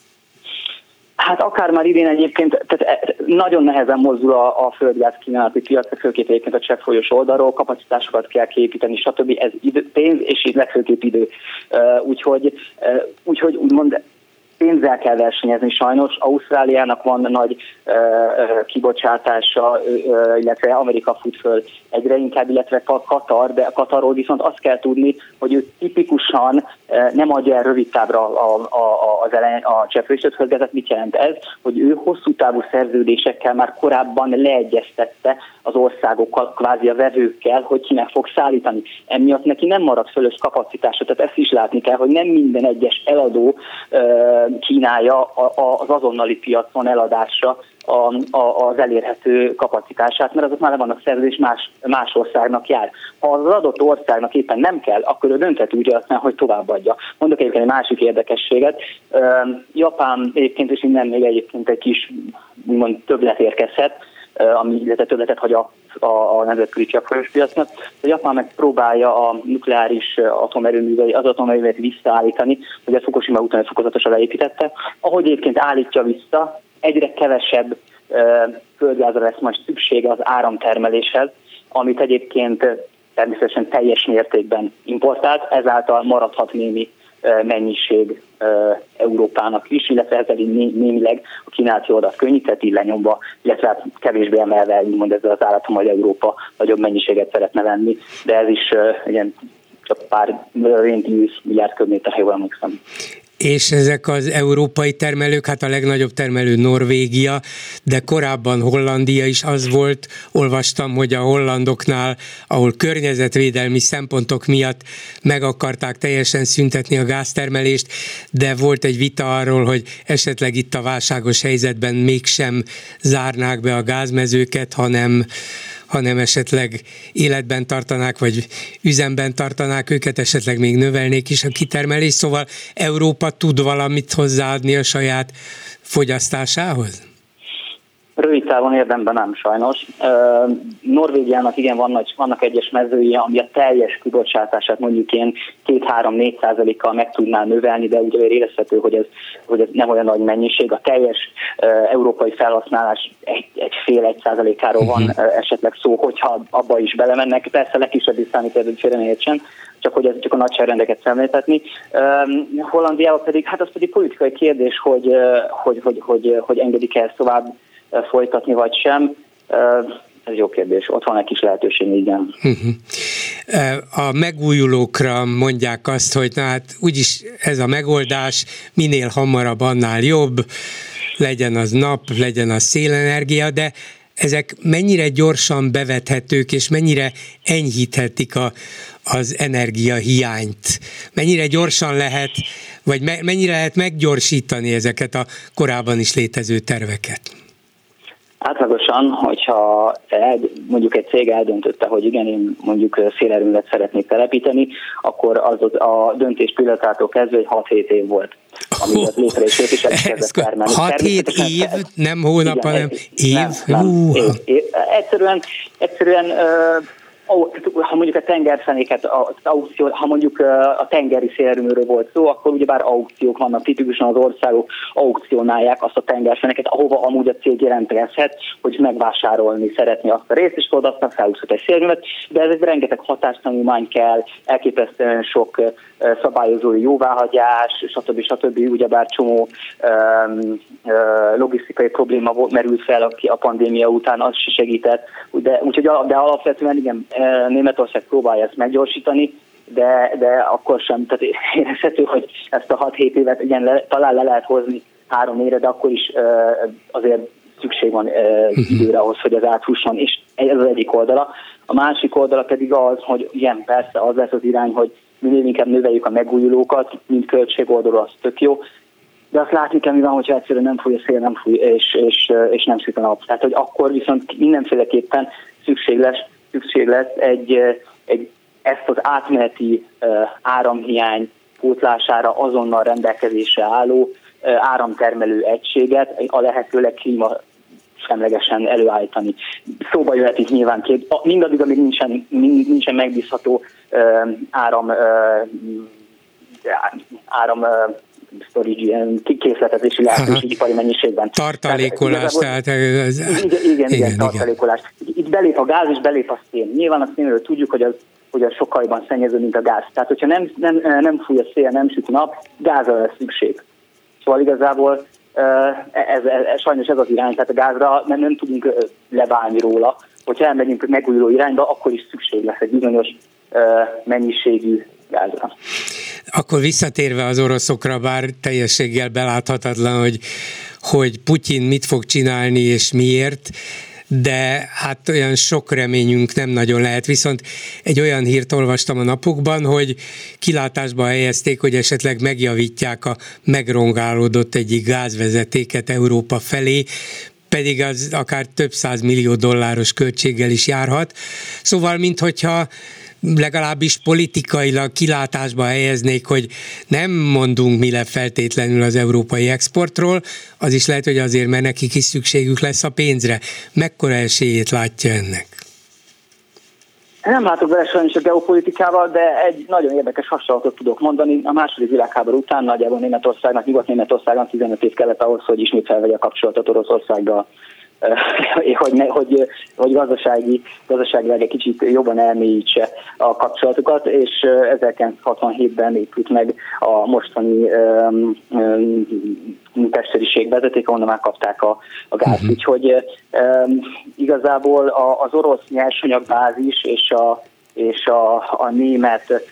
Hát akár már idén egyébként, tehát nagyon nehezen mozdul a, a földgáz kínálati piac, főképp egyébként a cseppfolyós oldalról, kapacitásokat kell kiépíteni, stb. Ez idő, pénz és így legfőképp idő. Úgyhogy, úgyhogy úgymond pénzzel kell versenyezni sajnos. Ausztráliának van nagy uh, uh, kibocsátása, uh, illetve Amerika fut föl egyre inkább, illetve Katar, de Katarról viszont azt kell tudni, hogy ő tipikusan uh, nem adja el rövid távra a, a, a, az elején, a cseppfolyósított földgázat. Mit jelent ez? Hogy ő hosszú távú szerződésekkel már korábban leegyeztette az országokkal, kvázi a vevőkkel, hogy kinek fog szállítani. Emiatt neki nem marad fölös kapacitása, tehát ezt is látni kell, hogy nem minden egyes eladó uh, kínálja az azonnali piacon eladásra az elérhető kapacitását, mert azok már le vannak szerződés, más, más országnak jár. Ha az adott országnak éppen nem kell, akkor ő dönthet úgy, hogy továbbadja. Mondok egyébként egy másik érdekességet. Japán egyébként, és innen még egyébként egy kis úgymond többlet érkezhet, ami illetve többletet hagy a, a, a nemzetközi cseppfolyós piacnak. A Japán megpróbálja a nukleáris atomerőművei, az atomerőművet visszaállítani, hogy a Fukushima után fokozatosan leépítette. Ahogy egyébként állítja vissza, egyre kevesebb uh, földgázra lesz majd szüksége az áramtermeléshez, amit egyébként természetesen teljes mértékben importált, ezáltal maradhat némi mennyiség Európának is, illetve ezzel így némileg a kínálati oldalt könnyíteti lenyomva, illetve kevésbé emelve, úgymond ezzel az állatom, hogy Európa nagyobb mennyiséget szeretne venni, de ez is igen, csak pár tíz milliárd köbméter, ha jól emlékszem. És ezek az európai termelők, hát a legnagyobb termelő Norvégia, de korábban Hollandia is az volt, olvastam, hogy a hollandoknál, ahol környezetvédelmi szempontok miatt meg akarták teljesen szüntetni a gáztermelést, de volt egy vita arról, hogy esetleg itt a válságos helyzetben mégsem zárnák be a gázmezőket, hanem hanem esetleg életben tartanák, vagy üzemben tartanák őket, esetleg még növelnék is a kitermelést. Szóval Európa tud valamit hozzáadni a saját fogyasztásához? Rövid távon érdemben nem, sajnos. Uh, Norvégiának igen vannak, vannak egyes mezői, ami a teljes kibocsátását mondjuk ilyen két-három-négy százalékkal meg tudná növelni, de ugye érezhető, hogy ez, hogy ez nem olyan nagy mennyiség. A teljes uh, európai felhasználás egy, egy fél egy százalékáról van uh, esetleg szó, hogyha abba is belemennek. Persze legkisebb is számít, hogy félre ne értsen, csak hogy ez csak a nagyságrendeket szemléltetni. Uh, Hollandiában pedig, hát az pedig politikai kérdés, hogy, uh, hogy, hogy, hogy, hogy engedik el tovább folytatni, vagy sem. Ez jó kérdés. Ott van egy kis lehetőség, igen. A megújulókra mondják azt, hogy na hát úgyis ez a megoldás, minél hamarabb, annál jobb, legyen az nap, legyen az szélenergia, de ezek mennyire gyorsan bevethetők, és mennyire enyhíthetik a, az energiahiányt? Mennyire gyorsan lehet, vagy me, mennyire lehet meggyorsítani ezeket a korábban is létező terveket? Átlagosan, hogyha mondjuk egy cég eldöntötte, hogy igen, én mondjuk szélerőművet szeretnék telepíteni, akkor az a döntés pillanatától kezdve egy hat-hét év volt, ami az létre és jött, és el is kezdett termelni. hat-hét év, nem hónap, igen, hanem év? Nem, nem, év, év. Egyszerűen, egyszerűen ha mondjuk a tengerfenéket, a, aukció, ha mondjuk a tengeri szélerőműről volt szó, akkor ugyebár aukciók vannak, tipikusan az országok aukcionálják azt a tengerfeneket, ahova amúgy a cég jelentkezhet, hogy megvásárolni szeretné azt a részt, és oda aztán felhúzhat egy szélerőművet, de ez egy rengeteg hatástanulmány kell, elképesztően sok szabályozói jóváhagyás, stb. stb. Ugyebár csomó um, uh, logisztikai probléma merült fel a, a pandémia után, az is segített, de, úgyhogy, de alapvetően igen, Németország próbálja ezt meggyorsítani, de, de akkor sem, tehát érezhető, hogy ezt a hat-hét évet igen, le, talán le lehet hozni három évre, de akkor is uh, azért szükség van uh, időre ahhoz, hogy ez áthusson, és ez az egyik oldala. A másik oldala pedig az, hogy igen, persze az lesz az irány, hogy minél inkább növeljük a megújulókat, mint költségoldalról, az tök jó, de azt látni kell, mi van, hogyha egyszerűen nem fúj a szél, nem fúj, és, és, és nem szűk a nap. Tehát, hogy akkor viszont mindenféleképpen szükség lesz, szükség lesz egy, egy, ezt az átmeneti uh, áramhiány pótlására azonnal rendelkezésre álló uh, áramtermelő egységet a lehetőleg klíma semlegesen előállítani. Szóba jöhet itt nyilván két, mindaddig, amíg nincsen, nincsen megbízható uh, áram uh, áram uh, storage, készletezési lehetőség ipari mennyiségben. Tartalékolás, tehát... Ez, igen, igen, igen, tartalékolás. Itt belép a gáz, és belép a szén. Nyilván a szénről tudjuk, hogy az, hogy az sokkal jobban szennyező, mint a gáz. Tehát, hogyha nem, nem, nem fúj a szél, nem süt a nap, gázra lesz szükség. Szóval igazából ez, ez, ez, sajnos ez az irány, tehát a gázra nem, nem tudunk leválni róla. Hogyha elmegyünk megújuló irányba, akkor is szükség lesz egy bizonyos mennyiségű gázra. Akkor visszatérve az oroszokra, bár teljességgel beláthatatlan, hogy, hogy Putyin mit fog csinálni és miért, de hát olyan sok reményünk nem nagyon lehet. Viszont egy olyan hírt olvastam a napokban, hogy kilátásba helyezték, hogy esetleg megjavítják a megrongálódott egyik gázvezetéket Európa felé, pedig az akár több száz millió dolláros költséggel is járhat. Szóval, minthogyha legalábbis politikailag kilátásba helyeznék, hogy nem mondunk mi le feltétlenül az európai exportról, az is lehet, hogy azért, mert nekik is szükségük lesz a pénzre. Mekkora esélyét látja ennek? Nem látok bele sajnos a geopolitikával, de egy nagyon érdekes hasonlatot tudok mondani. A második világháború után nagyjából Németországnak, Nyugat-Németországnak tizenöt év kellett ahhoz, hogy ismét felvegye a kapcsolatot Oroszországgal. hogy, ne, hogy, hogy gazdasági, gazdaságilag egy kicsit jobban elmélyítse a kapcsolatokat, és ezerkilencszázhatvanhétben épült meg a mostani um, um, testőriség vezeték, ahonnan már kapták a, a gázt. Uh-huh. Úgyhogy um, igazából a, az orosz nyersanyagbázis és a, és a, a német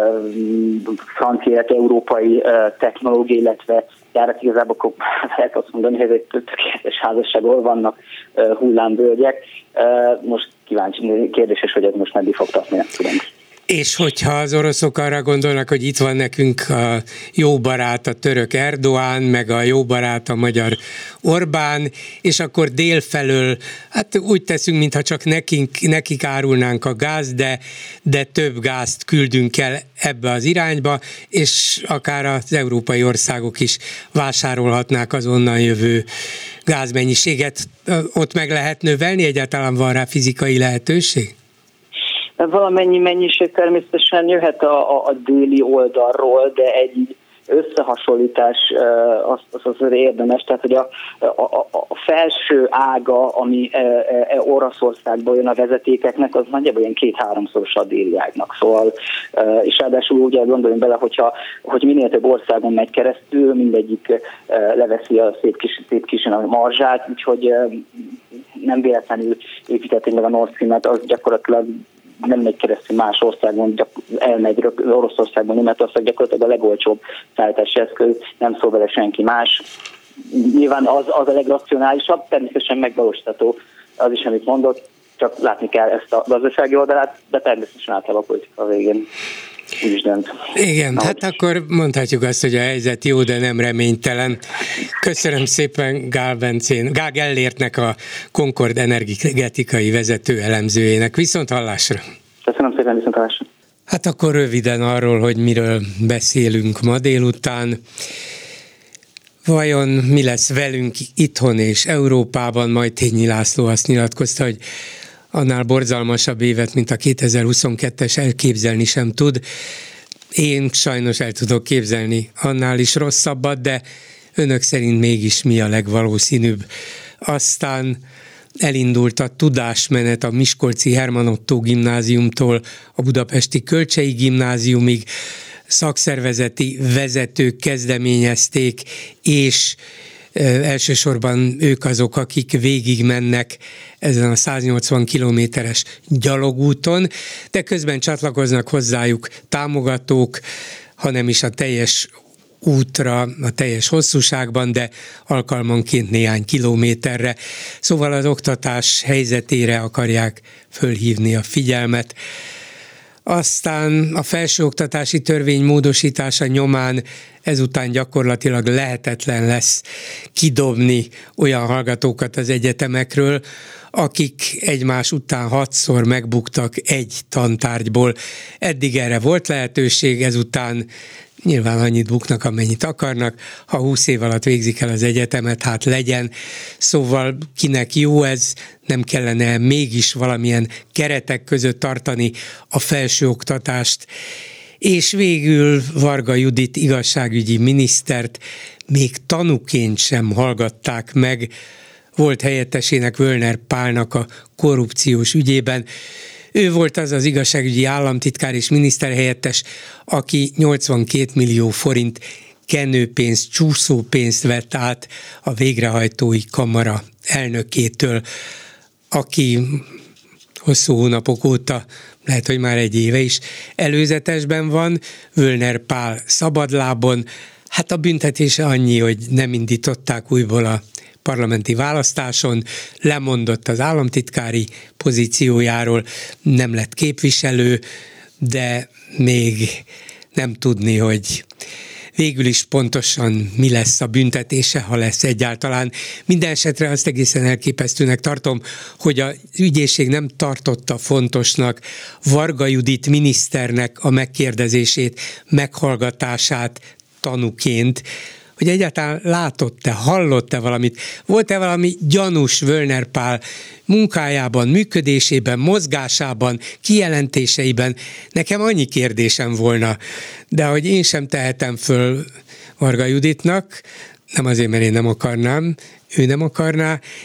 francia, illetve európai technológia, illetve járat igazából lehet azt mondani, hogy ez egy tökéletes házasság, ahol vannak hullámvölgyek. Most kíváncsi, kérdéses, hogy ez most meddig fog tartani, nem tudom. És hogyha az oroszok arra gondolnak, hogy itt van nekünk a jó barát, a török Erdoğan, meg a jó barát, a magyar Orbán, és akkor délfelől, hát úgy teszünk, mintha csak nekünk, nekik árulnánk a gáz, de, de több gázt küldünk el ebbe az irányba, és akár az európai országok is vásárolhatnák az onnan jövő gázmennyiséget. Ott meg lehet növelni? Egyáltalán van rá fizikai lehetőség? Valamennyi mennyiség természetesen jöhet a, a, a déli oldalról, de egy összehasonlítás az, az, az érdemes. Tehát, hogy a, a, a felső ága, ami e, e, Oroszországból jön a vezetékeknek, az nagyjából ilyen két-háromszoros a déli ágnak. Szóval, e, és ráadásul ugye gondoljunk bele, hogyha, hogy minél több országon megy keresztül, mindegyik e, leveszi a szép kis, szép kis a marzsát, úgyhogy e, nem véletlenül építették meg a Nord Streamet, az gyakorlatilag nem megy keresztül más országban, elmegy Oroszországban, Németország gyakorlatilag a legolcsóbb szállítási eszköz, nem szól vele senki más. Nyilván az, az a legracionálisabb, természetesen megvalósítható az is, amit mondott, csak látni kell ezt a gazdasági oldalát, de természetesen általában a politika végén úgy is dönt. Igen, Na, hát akkor mondhatjuk azt, hogy a helyzet jó, de nem reménytelen. Köszönöm szépen Gál Bencén, Gál Gellértnek, a Concord energetikai vezető elemzőjének. Viszont hallásra! Köszönöm szépen, viszont hallásra! Hát akkor röviden arról, hogy miről beszélünk ma délután. Vajon mi lesz velünk itthon és Európában? Majthényi László azt nyilatkozta, hogy annál borzalmasabb évet, mint a kétezer-huszonkettes elképzelni sem tud. Én sajnos el tudok képzelni annál is rosszabbat, de önök szerint mégis mi a legvalószínűbb? Aztán elindult a tudásmenet a miskolci Herman Ottó gimnáziumtól a budapesti Kölcsei gimnáziumig, szakszervezeti vezetők kezdeményezték, és elsősorban ők azok, akik végig mennek ezen a száznyolcvan kilométeres gyalogúton, de közben csatlakoznak hozzájuk támogatók, hanem is a teljes útra, a teljes hosszúságban, de alkalmanként néhány kilométerre. Szóval az oktatás helyzetére akarják fölhívni a figyelmet. Aztán a felsőoktatási törvény módosítása nyomán ezután gyakorlatilag lehetetlen lesz kidobni olyan hallgatókat az egyetemekről, akik egymás után hatszor megbuktak egy tantárgyból. Eddig erre volt lehetőség, ezután nyilván annyit buknak, amennyit akarnak. Ha húsz év alatt végzik el az egyetemet, hát legyen. Szóval kinek jó ez, nem kellene mégis valamilyen keretek között tartani a felsőoktatást. És végül Varga Judit igazságügyi minisztert még tanúként sem hallgatták meg, volt helyettesének Völner Pálnak a korrupciós ügyében. Ő volt az az igazságügyi államtitkár és miniszterhelyettes, aki nyolcvankét millió forint kenőpénzt, csúszópénzt vett át a végrehajtói kamara elnökétől, aki hosszú hónapok óta, lehet, hogy már egy éve is előzetesben van, Völner Pál szabadlábon. Hát a büntetése annyi, hogy nem indították újból a parlamenti választáson, lemondott az államtitkári pozíciójáról, nem lett képviselő, de még nem tudni, hogy végül is pontosan mi lesz a büntetése, ha lesz egyáltalán. Minden esetre azt egészen elképesztőnek tartom, hogy az ügyészség nem tartotta fontosnak Varga Judit miniszternek a megkérdezését, meghallgatását tanúként, hogy egyáltalán látott-e, hallott-e valamit, volt-e valami gyanús Völner Pál munkájában, működésében, mozgásában, kijelentéseiben. Nekem annyi kérdésem volna, de hogy én sem tehetem föl Varga Juditnak, nem azért, mert én nem akarnám, ő nem akarná,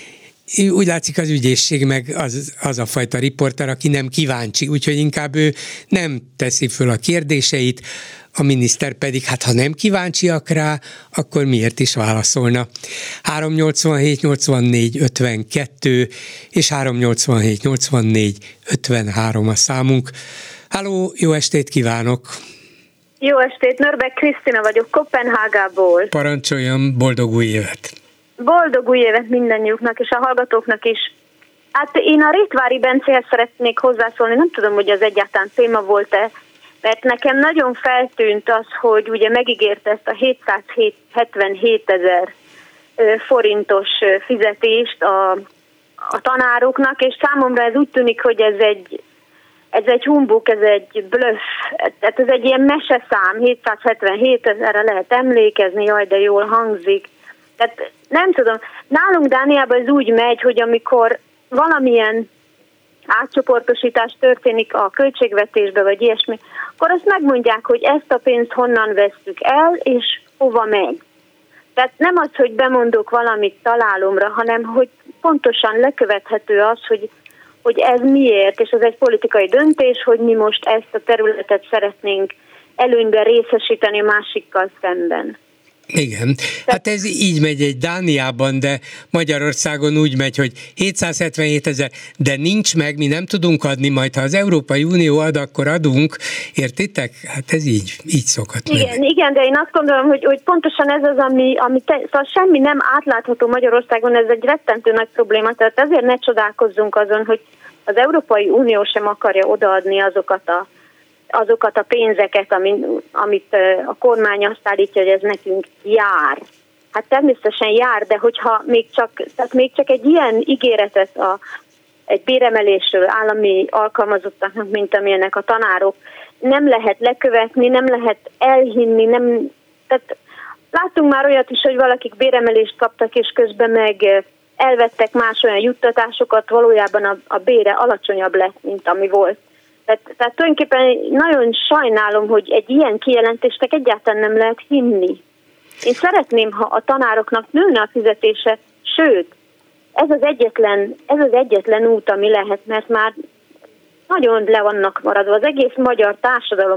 úgy látszik az ügyészség meg az, az a fajta riporter, aki nem kíváncsi, úgyhogy inkább ő nem teszi föl a kérdéseit, a miniszter pedig, hát ha nem kíváncsiak rá, akkor miért is válaszolna. három nyolcvanhét nyolcvannégy ötvenkettő és három nyolcvanhét nyolcvannégy ötvenhárom a számunk. Halló, jó estét kívánok! Jó estét, Nörbeck Krisztina vagyok, Koppenhágából. Parancsoljon, boldog új évet! Boldog új évet mindannyiuknak és a hallgatóknak is. Hát én a Rétvári Bencéhez szeretnék hozzászólni, nem tudom, hogy az egyáltalán téma volt-e, mert nekem nagyon feltűnt az, hogy ugye megígérte ezt a hétszázhetvenhét forintos fizetést a, a tanároknak, és számomra ez úgy tűnik, hogy ez egy, ez egy humbuk, ez egy bluff, tehát ez egy ilyen meseszám, hétszázhetvenhét ezerre lehet emlékezni, jaj, de jól hangzik. Tehát nem tudom, nálunk Dániában ez úgy megy, hogy amikor valamilyen átcsoportosítás történik a költségvetésbe, vagy ilyesmi, akkor azt megmondják, hogy ezt a pénzt honnan vesztük el, és hova megy. Tehát nem az, hogy bemondok valamit találomra, hanem hogy pontosan lekövethető az, hogy, hogy ez miért, és ez egy politikai döntés, hogy mi most ezt a területet szeretnénk előnyben részesíteni a másikkal szemben. Igen, hát ez így megy egy Dániában, de Magyarországon úgy megy, hogy hétszázhetvenhét ezer, de nincs meg, mi nem tudunk adni, majd ha az Európai Unió ad, akkor adunk, értitek? Hát ez így, így szokott igen, menni. Igen, de én azt gondolom, hogy, hogy pontosan ez az, ami, ami te, szóval semmi nem átlátható Magyarországon, ez egy rettentő nagy probléma, tehát ezért ne csodálkozzunk azon, hogy az Európai Unió sem akarja odaadni azokat a azokat a pénzeket, amit, amit a kormány azt állítja, hogy ez nekünk jár. Hát természetesen jár, de hogyha még csak, tehát még csak egy ilyen ígéretet a, egy béremelésről állami alkalmazottaknak, mint amilyenek a tanárok, nem lehet lekövetni, nem lehet elhinni, nem, tehát láttunk már olyat is, hogy valakik béremelést kaptak, és közben meg elvettek más olyan juttatásokat, valójában a, a bére alacsonyabb lett, mint ami volt. Tehát, tehát tulajdonképpen nagyon sajnálom, hogy egy ilyen kijelentésnek egyáltalán nem lehet hinni. Én szeretném, ha a tanároknak nőne a fizetése, sőt, ez az egyetlen, ez az egyetlen út, ami lehet, mert már nagyon le vannak maradva. Az egész magyar társadalom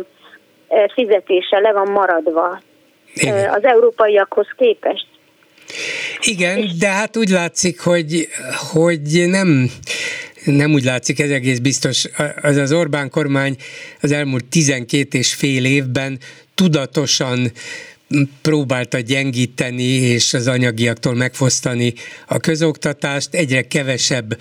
fizetése le van maradva. Igen. Az európaiakhoz képest. Igen, de hát úgy látszik, hogy, hogy nem... Nem úgy látszik, ez egész biztos, az az Orbán kormány az elmúlt tizenkét és fél évben tudatosan próbálta gyengíteni és az anyagiaktól megfosztani a közoktatást, egyre kevesebb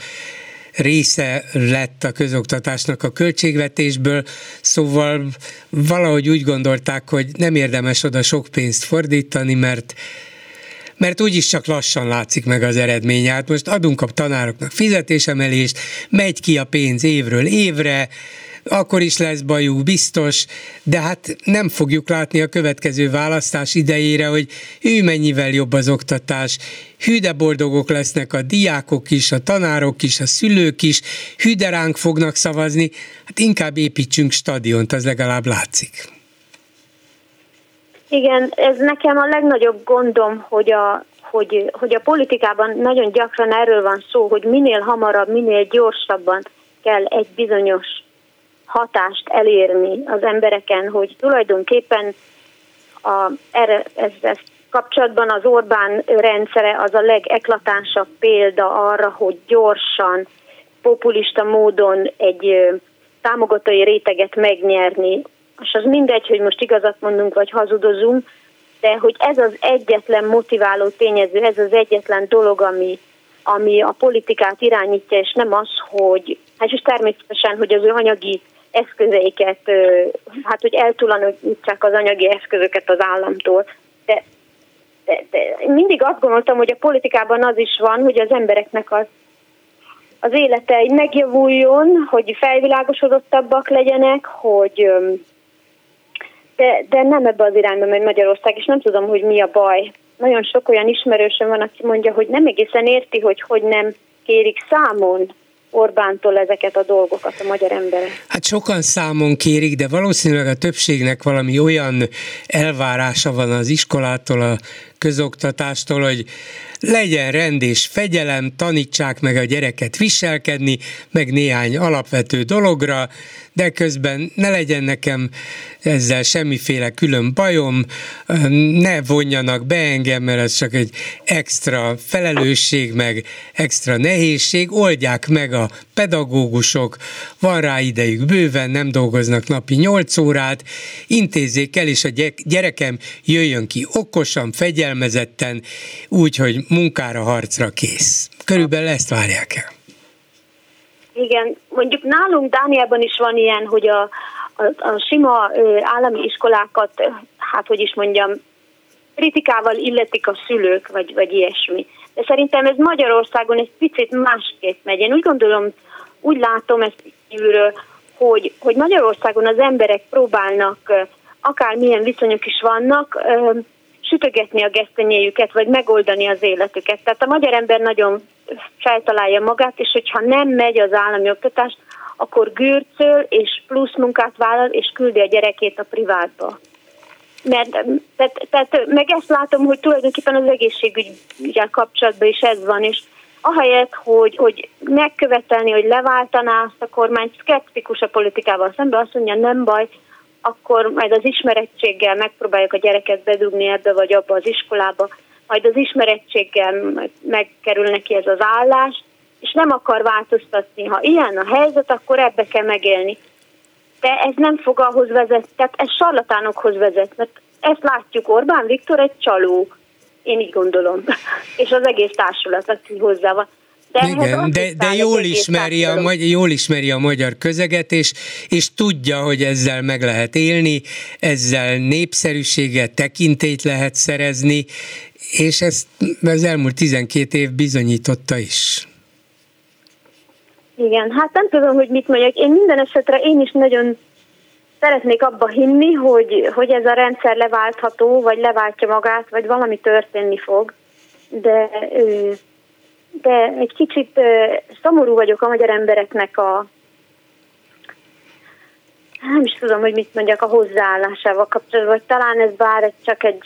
része lett a közoktatásnak a költségvetésből, szóval valahogy úgy gondolták, hogy nem érdemes oda sok pénzt fordítani, mert mert úgyis csak lassan látszik meg az eredménye. Hát most adunk a tanároknak fizetésemelést, megy ki a pénz évről évre, akkor is lesz bajuk, biztos, de hát nem fogjuk látni a következő választás idejére, hogy hű, mennyivel jobb az oktatás, hű, de boldogok lesznek a diákok is, a tanárok is, a szülők is, hű, de ránk fognak szavazni, hát inkább építsünk stadiont, az legalább látszik. Igen, ez nekem a legnagyobb gondom, hogy a, hogy, hogy a politikában nagyon gyakran erről van szó, hogy minél hamarabb, minél gyorsabban kell egy bizonyos hatást elérni az embereken, hogy tulajdonképpen a, erre, ez, ez kapcsolatban az Orbán rendszere az a legeklatánsabb példa arra, hogy gyorsan, populista módon egy támogatói réteget megnyerni, és az mindegy, hogy most igazat mondunk, vagy hazudozunk, de hogy ez az egyetlen motiváló tényező, ez az egyetlen dolog, ami, ami a politikát irányítja, és nem az, hogy, hát és természetesen, hogy az ő anyagi eszközeiket, hát hogy eltulajdonítsák az anyagi eszközöket az államtól. De, de, de mindig azt gondoltam, hogy a politikában az is van, hogy az embereknek az, az élete megjavuljon, hogy felvilágosodottabbak legyenek, hogy De, de nem ebbe az irányba megy Magyarország, és nem tudom, hogy mi a baj. Nagyon sok olyan ismerősöm van, aki mondja, hogy nem egészen érti, hogy hogy nem kérik számon Orbántól ezeket a dolgokat a magyar emberek. Hát sokan számon kérik, de valószínűleg a többségnek valami olyan elvárása van az iskolától, a közoktatástól, hogy legyen rend és fegyelem, tanítsák meg a gyereket viselkedni, meg néhány alapvető dologra, de közben ne legyen nekem ezzel semmiféle külön bajom, ne vonjanak be engem, mert ez csak egy extra felelősség, meg extra nehézség, oldják meg a pedagógusok, van rá idejük bőven, nem dolgoznak napi nyolc órát, intézzék el, és a gyerekem jöjjön ki okosan, fegyelmezetten, úgy, hogy munkára, harcra kész. Körülbelül ezt várják el. Igen, mondjuk nálunk Dániában is van ilyen, hogy a, a, a sima állami iskolákat, hát hogy is mondjam, kritikával illetik a szülők, vagy, vagy ilyesmi. De szerintem ez Magyarországon egy picit másképp megy. Én úgy gondolom, úgy látom ezt kívülről, hogy, hogy Magyarországon az emberek próbálnak, akármilyen viszonyok is vannak, sütögetni a gesztenyéjüket, vagy megoldani az életüket. Tehát a magyar ember nagyon feltalálja magát, és hogyha nem megy az állami oktatás, akkor gürcöl, és plusz munkát vállal, és küldi a gyerekét a privátba. Mert, tehát, tehát meg ezt látom, hogy tulajdonképpen az egészségügyel kapcsolatban is ez van, és ahelyett, hogy, hogy megkövetelni, hogy leváltaná azt a kormány, szkeptikus a politikával szemben, azt mondja, nem baj, akkor majd az ismerettséggel megpróbáljuk a gyereket bedugni ebbe vagy abba az iskolába, majd az ismerettséggel megkerül neki ez az állás, és nem akar változtatni. Ha ilyen a helyzet, akkor ebbe kell megélni. De ez nem fog ahhoz vezetni, tehát ez sarlatánokhoz vezet, mert ezt látjuk, Orbán Viktor egy csaló, én így gondolom, és az egész társulat, aki hozzá van. De, igen, de, de jól, ismeri a, jól ismeri a magyar közeget, és, és tudja, hogy ezzel meg lehet élni, ezzel népszerűséget, tekintélyt lehet szerezni, és ezt az elmúlt tizenkét év bizonyította is. Igen, hát nem tudom, hogy mit mondjak. Én minden esetre én is nagyon szeretnék abba hinni, hogy, hogy ez a rendszer leváltható, vagy leváltja magát, vagy valami történni fog, de... de egy kicsit szomorú vagyok a magyar embereknek a, nem is tudom, hogy mit mondjak, a hozzáállásával kapcsolatban, vagy talán ez bár csak egy,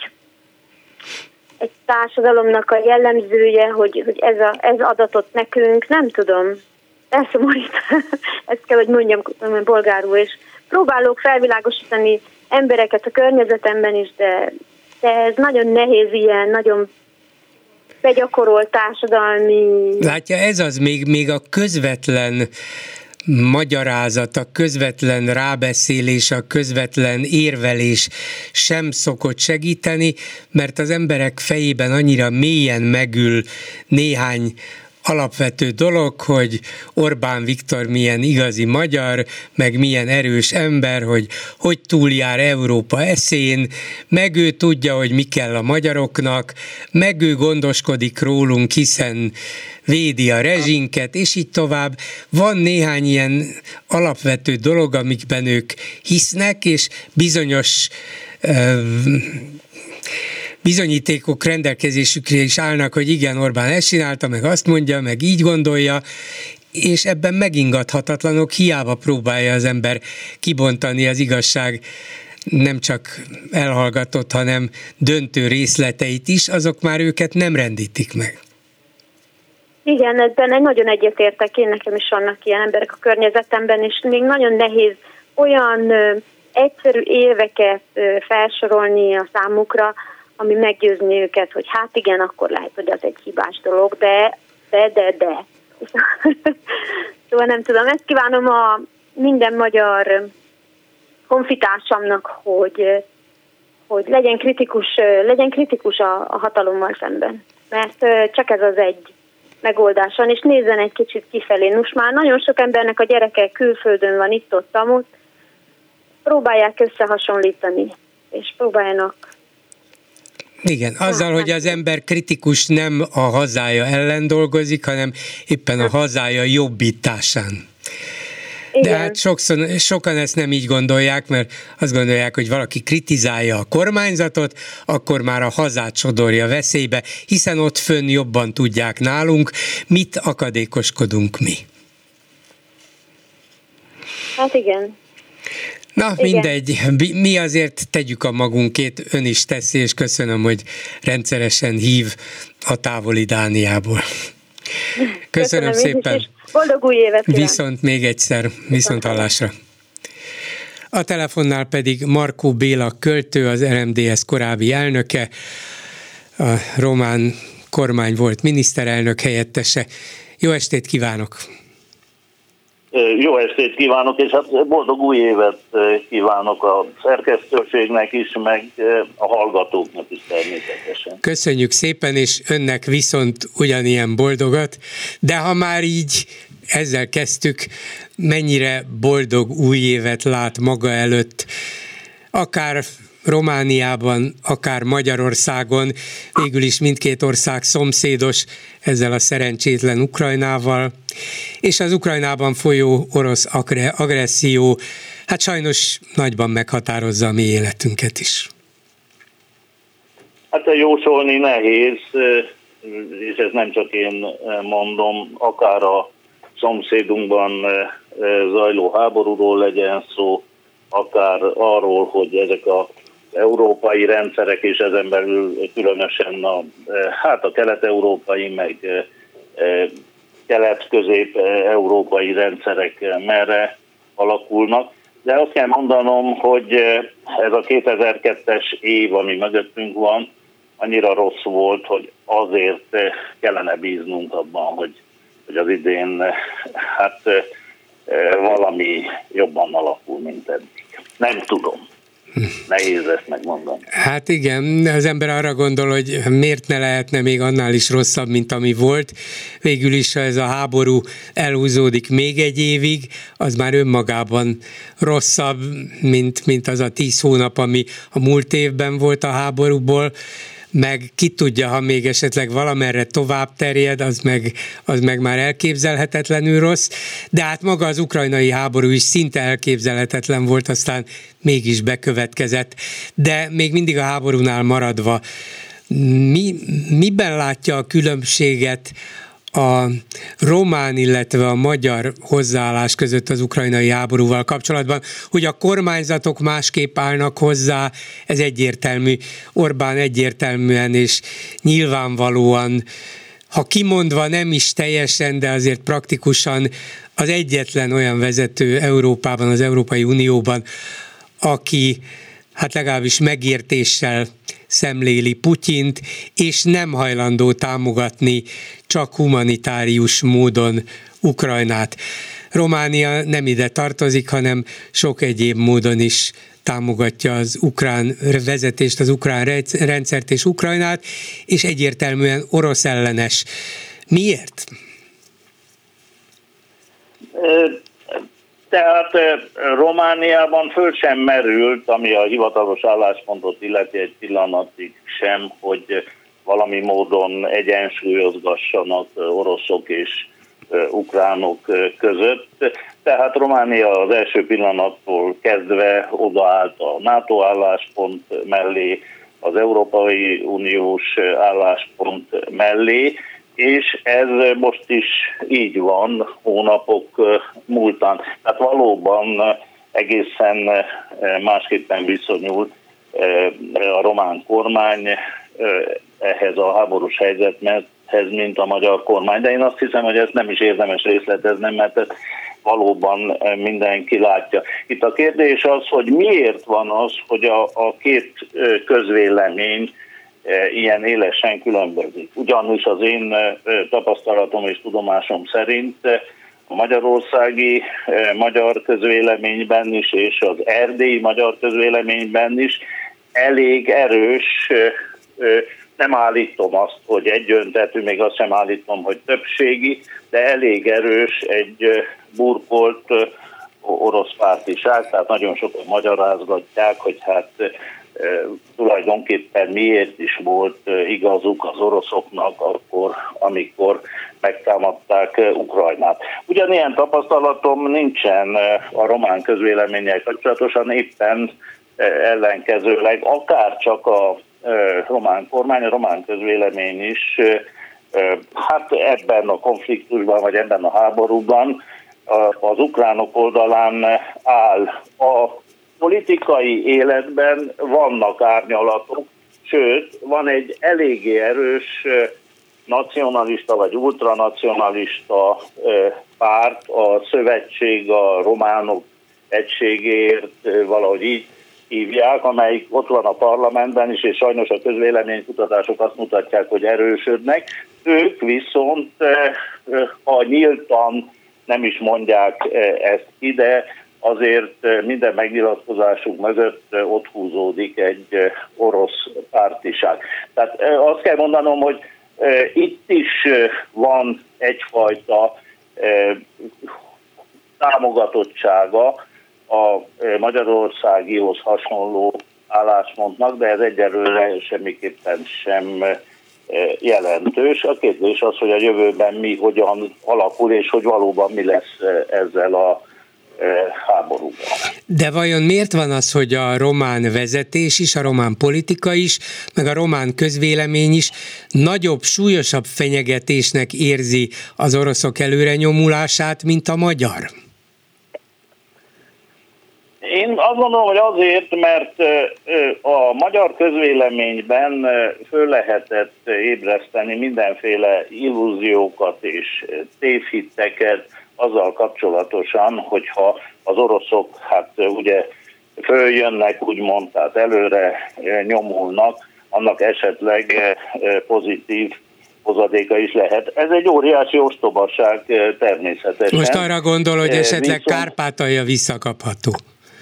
egy társadalomnak a jellemzője, hogy, hogy ez, a, ez adatot nekünk, nem tudom, elszomorít, ezt kell, hogy mondjam bolgárul, és próbálok felvilágosítani embereket a környezetemben is, de, de ez nagyon nehéz ilyen, nagyon begyakorolt társadalmi... Látja, ez az még, még a közvetlen magyarázat, a közvetlen rábeszélés, a közvetlen érvelés sem szokott segíteni, mert az emberek fejében annyira mélyen megül néhány alapvető dolog, hogy Orbán Viktor milyen igazi magyar, meg milyen erős ember, hogy hogy túljár Európa eszén, meg ő tudja, hogy mi kell a magyaroknak, meg ő gondoskodik rólunk, hiszen védi a rezsinket, és így tovább. Van néhány ilyen alapvető dolog, amikben ők hisznek, és bizonyos uh, bizonyítékok rendelkezésükre is állnak, hogy igen, Orbán ezt csinálta, meg azt mondja, meg így gondolja, és ebben megingathatatlanok, hiába próbálja az ember kibontani az igazság nem csak elhallgatott, hanem döntő részleteit is, azok már őket nem rendítik meg. Igen, ebben nagyon egyetértek, én nekem is vannak ilyen emberek a környezetemben, és még nagyon nehéz olyan ö, egyszerű érveket ö, felsorolni a számukra, ami meggyőzni őket, hogy hát igen, akkor lehet, hogy az egy hibás dolog, de, de, de, de. Szóval nem tudom, ezt kívánom a minden magyar honfitársamnak, hogy, hogy legyen kritikus, legyen kritikus a, a hatalommal szemben. Mert csak ez az egy megoldás van, és nézzen egy kicsit kifelé. Most már nagyon sok embernek a gyereke külföldön van, itt-ott, amúgy. Próbálják összehasonlítani, és próbáljanak. Igen, azzal, hogy az ember kritikus nem a hazája ellen dolgozik, hanem éppen a hazája jobbításán. De hát sokszor, sokan ezt nem így gondolják, mert azt gondolják, hogy valaki kritizálja a kormányzatot, akkor már a hazát sodorja veszélybe, hiszen ott fönn jobban tudják nálunk, mit akadékoskodunk mi. Hát igen. Na, igen. Mindegy, mi azért tegyük a magunkét, ön is teszi, és köszönöm, hogy rendszeresen hív a távoli Dániából. Köszönöm, köszönöm szépen. Boldog új évet kívánok. Viszont még egyszer, viszont hallásra. A telefonnál pedig Markó Béla költő, az er em dé es korábbi elnöke, a román kormány volt miniszterelnök helyettese. Jó estét kívánok! Jó estét kívánok, és hát boldog új évet kívánok a szerkesztőségnek is, meg a hallgatóknak is természetesen. Köszönjük szépen, és önnek viszont ugyanilyen boldogat, de ha már így ezzel kezdtük, mennyire boldog új évet lát maga előtt, akár Romániában, akár Magyarországon, végül is mindkét ország szomszédos ezzel a szerencsétlen Ukrajnával, és az Ukrajnában folyó orosz agresszió, hát sajnos nagyban meghatározza a mi életünket is. Hát jósolni nehéz, és ez nem csak én mondom, akár a szomszédunkban zajló háborúról legyen szó, akár arról, hogy ezek a európai rendszerek, és ezen belül különösen a, hát a kelet-európai, meg kelet-közép-európai rendszerek merre alakulnak. De azt kell mondanom, hogy ez a kétezer-kettes év, ami mögöttünk van, annyira rossz volt, hogy azért kellene bíznunk abban, hogy, hogy az idén hát valami jobban alakul, mint eddig. Nem tudom. Nehéz ezt megmondani. Hát igen, az ember arra gondol, hogy miért ne lehetne még annál is rosszabb, mint ami volt. Végül is, ha ez a háború elhúzódik még egy évig, az már önmagában rosszabb, mint, mint az a tíz hónap, ami a múlt évben volt a háborúból, meg ki tudja, ha még esetleg valamerre tovább terjed, az meg, az meg már elképzelhetetlenül rossz, de hát maga az ukrajnai háború is szinte elképzelhetetlen volt, aztán mégis bekövetkezett. De még mindig a háborúnál maradva, mi, miben látja a különbséget a román, illetve a magyar hozzáállás között az ukrajnai háborúval kapcsolatban, hogy a kormányzatok másképp állnak hozzá, ez egyértelmű. Orbán egyértelműen és nyilvánvalóan, ha kimondva nem is teljesen, de azért praktikusan az egyetlen olyan vezető Európában, az Európai Unióban, aki hát legalábbis megértéssel szemléli Putyint, és nem hajlandó támogatni csak humanitárius módon Ukrajnát. Románia nem ide tartozik, hanem sok egyéb módon is támogatja az ukrán vezetést, az ukrán rendszert és Ukrajnát, és egyértelműen orosz ellenes. Miért? Tehát Romániában föl sem merült, ami a hivatalos álláspontot illeti egy pillanatig sem, hogy valami módon egyensúlyozgassanak oroszok és ukránok között. Tehát Románia az első pillanattól kezdve odaállt a NATO álláspont mellé, az Európai Uniós álláspont mellé, és ez most is így van hónapok múltán. Tehát valóban egészen másképpen viszonyul a román kormány ehhez a háborús helyzethez, mint a magyar kormány. De én azt hiszem, hogy ezt nem is érdemes részleteznem, mert ezt valóban mindenki látja. Itt a kérdés az, hogy miért van az, hogy a, a két közvélemény ilyen élesen különbözik. Ugyanis az én tapasztalatom és tudomásom szerint a magyarországi magyar közvéleményben is, és az erdélyi magyar közvéleményben is elég erős, nem állítom azt, hogy egyöntetű, még azt sem állítom, hogy többségi, de elég erős egy burkolt orosz pártiság, tehát nagyon sokan magyarázgatják, hogy hát tulajdonképpen miért is volt igazuk az oroszoknak akkor, amikor megtámadták Ukrajnát. Ugyanilyen tapasztalatom nincsen a román közvéleménnyel kapcsolatosan, éppen ellenkezőleg akár csak a román kormány, a román közvélemény is hát ebben a konfliktusban, vagy ebben a háborúban az ukránok oldalán áll. A politikai életben vannak árnyalatok, sőt, van egy eléggé erős nacionalista vagy ultranacionalista párt, a Szövetség a Románok Egységért, valahogy így hívják, amelyik ott van a parlamentben is, és sajnos a közvéleménykutatások azt mutatják, hogy erősödnek. Ők viszont, ha nyíltan nem is mondják ezt ide, azért minden megnyilatkozásuk mögött ott húzódik egy orosz pártiság. Tehát azt kell mondanom, hogy itt is van egyfajta támogatottsága a magyarországihoz hasonló álláspontnak, de ez egyelőre semmiképpen sem jelentős. A kérdés az, hogy a jövőben mi hogyan alakul, és hogy valóban mi lesz ezzel a háborúban. De vajon miért van az, hogy a román vezetés is, a román politika is, meg a román közvélemény is nagyobb, súlyosabb fenyegetésnek érzi az oroszok előrenyomulását, mint a magyar? Én azt gondolom, hogy azért, mert a magyar közvéleményben föl lehetett ébreszteni mindenféle illúziókat és tévhitteket azzal kapcsolatosan, hogyha az oroszok hát ugye följönnek, úgymond, tehát előre nyomulnak, annak esetleg pozitív hozadéka is lehet. Ez egy óriási ostobaság természetesen. Most arra gondol, hogy esetleg Viszont... Kárpátalja visszakapható.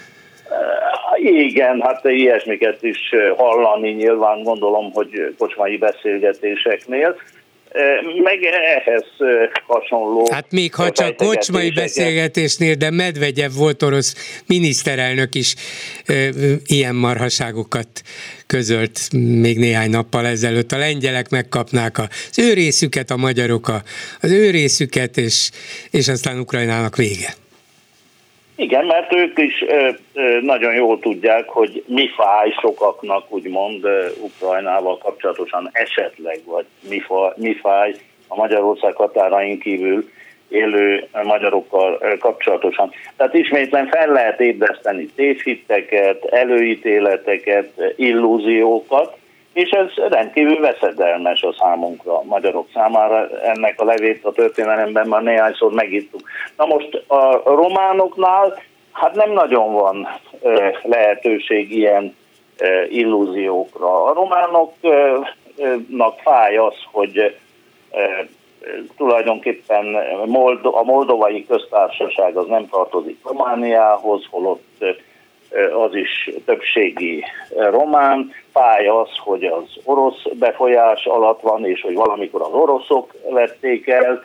Igen, hát ilyesmiket is hallani nyilván, gondolom, hogy kocsmai beszélgetéseknél, meg ehhez hasonló... Hát még ha csak kocsmai beszélgetésnél, de Medvegyev volt orosz miniszterelnök is e, ilyen marhaságokat közölt még néhány nappal ezelőtt. A lengyelek megkapnák az ő részüket, a magyarok az ő részüket, és, és aztán Ukrajnának vége. Igen, mert ők is ö, ö, nagyon jól tudják, hogy mi fáj sokaknak, úgymond ö, Ukrajnával kapcsolatosan esetleg, vagy mi, fa, mi fáj a Magyarország határain kívül élő magyarokkal ö, kapcsolatosan. Tehát ismétlen fel lehet ébreszteni tévhitteket, előítéleteket, illúziókat, és ez rendkívül veszedelmes a számunkra, a magyarok számára. Ennek a levét a történelemben már néhányszor megittuk. Na most a románoknál hát nem nagyon van lehetőség ilyen illúziókra. A románoknak fáj az, hogy tulajdonképpen a Moldovai Köztársaság az nem tartozik Romániához, holott az is többségi román. Fáj az, hogy az orosz befolyás alatt van, és hogy valamikor az oroszok vették el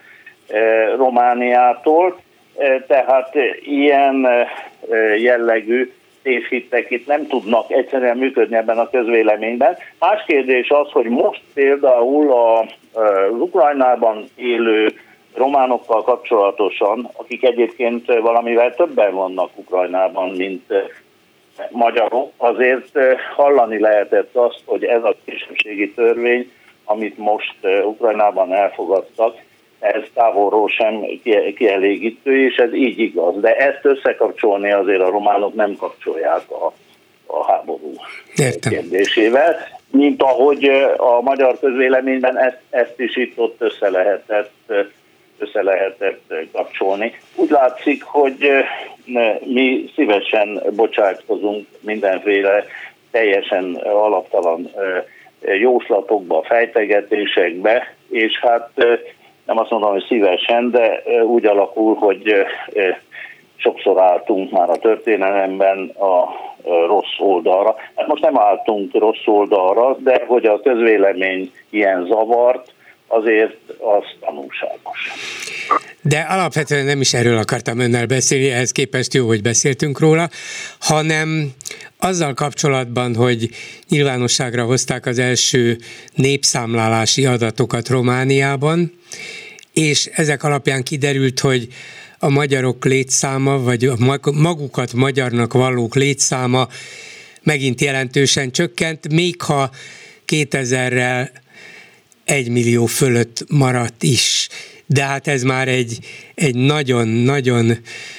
Romániától. Tehát ilyen jellegű tévhittek itt nem tudnak egyszerűen működni ebben a közvéleményben. Más kérdés az, hogy most például az Ukrajnában élő románokkal kapcsolatosan, akik egyébként valamivel többen vannak Ukrajnában, mint magyarok, azért hallani lehetett azt, hogy ez a kisebbségi törvény, amit most Ukrajnában elfogadtak, ez távolról sem kielégítő, és ez így igaz. De ezt összekapcsolni azért a románok nem kapcsolják a, a háború Értem. kérdésével, mint ahogy a magyar közvéleményben ezt, ezt is itt-ott össze lehetett össze lehetett kapcsolni. Úgy látszik, hogy mi szívesen bocsátkozunk mindenféle teljesen alaptalan jóslatokba, fejtegetésekbe, és hát nem azt mondom, hogy szívesen, de úgy alakul, hogy sokszor álltunk már a történelemben a rossz oldalra. Hát most nem álltunk rossz oldalra, de hogy a közvélemény ilyen zavart, azért az tanulságos. De alapvetően nem is erről akartam önnel beszélni, ehhez képest jó, hogy beszéltünk róla, hanem azzal kapcsolatban, hogy nyilvánosságra hozták az első népszámlálási adatokat Romániában, és ezek alapján kiderült, hogy a magyarok létszáma, vagy a magukat magyarnak vallók létszáma megint jelentősen csökkent, még ha kétezerrel egy millió fölött maradt is. de hát ez már egy, egy nagyon-nagyon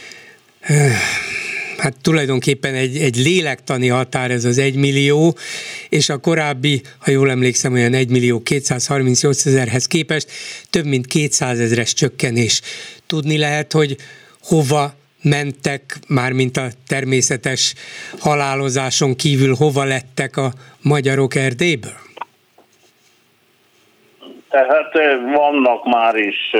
hát tulajdonképpen egy, egy lélektani határ ez az egymillió, és a korábbi, ha jól emlékszem, olyan egymillió kétszázharmincnyolcezerhez képest több mint kétszázezres csökkenés. Tudni lehet, hogy hova mentek, mármint a természetes halálozáson kívül, hova lettek a magyarok Erdélyből? Tehát vannak már is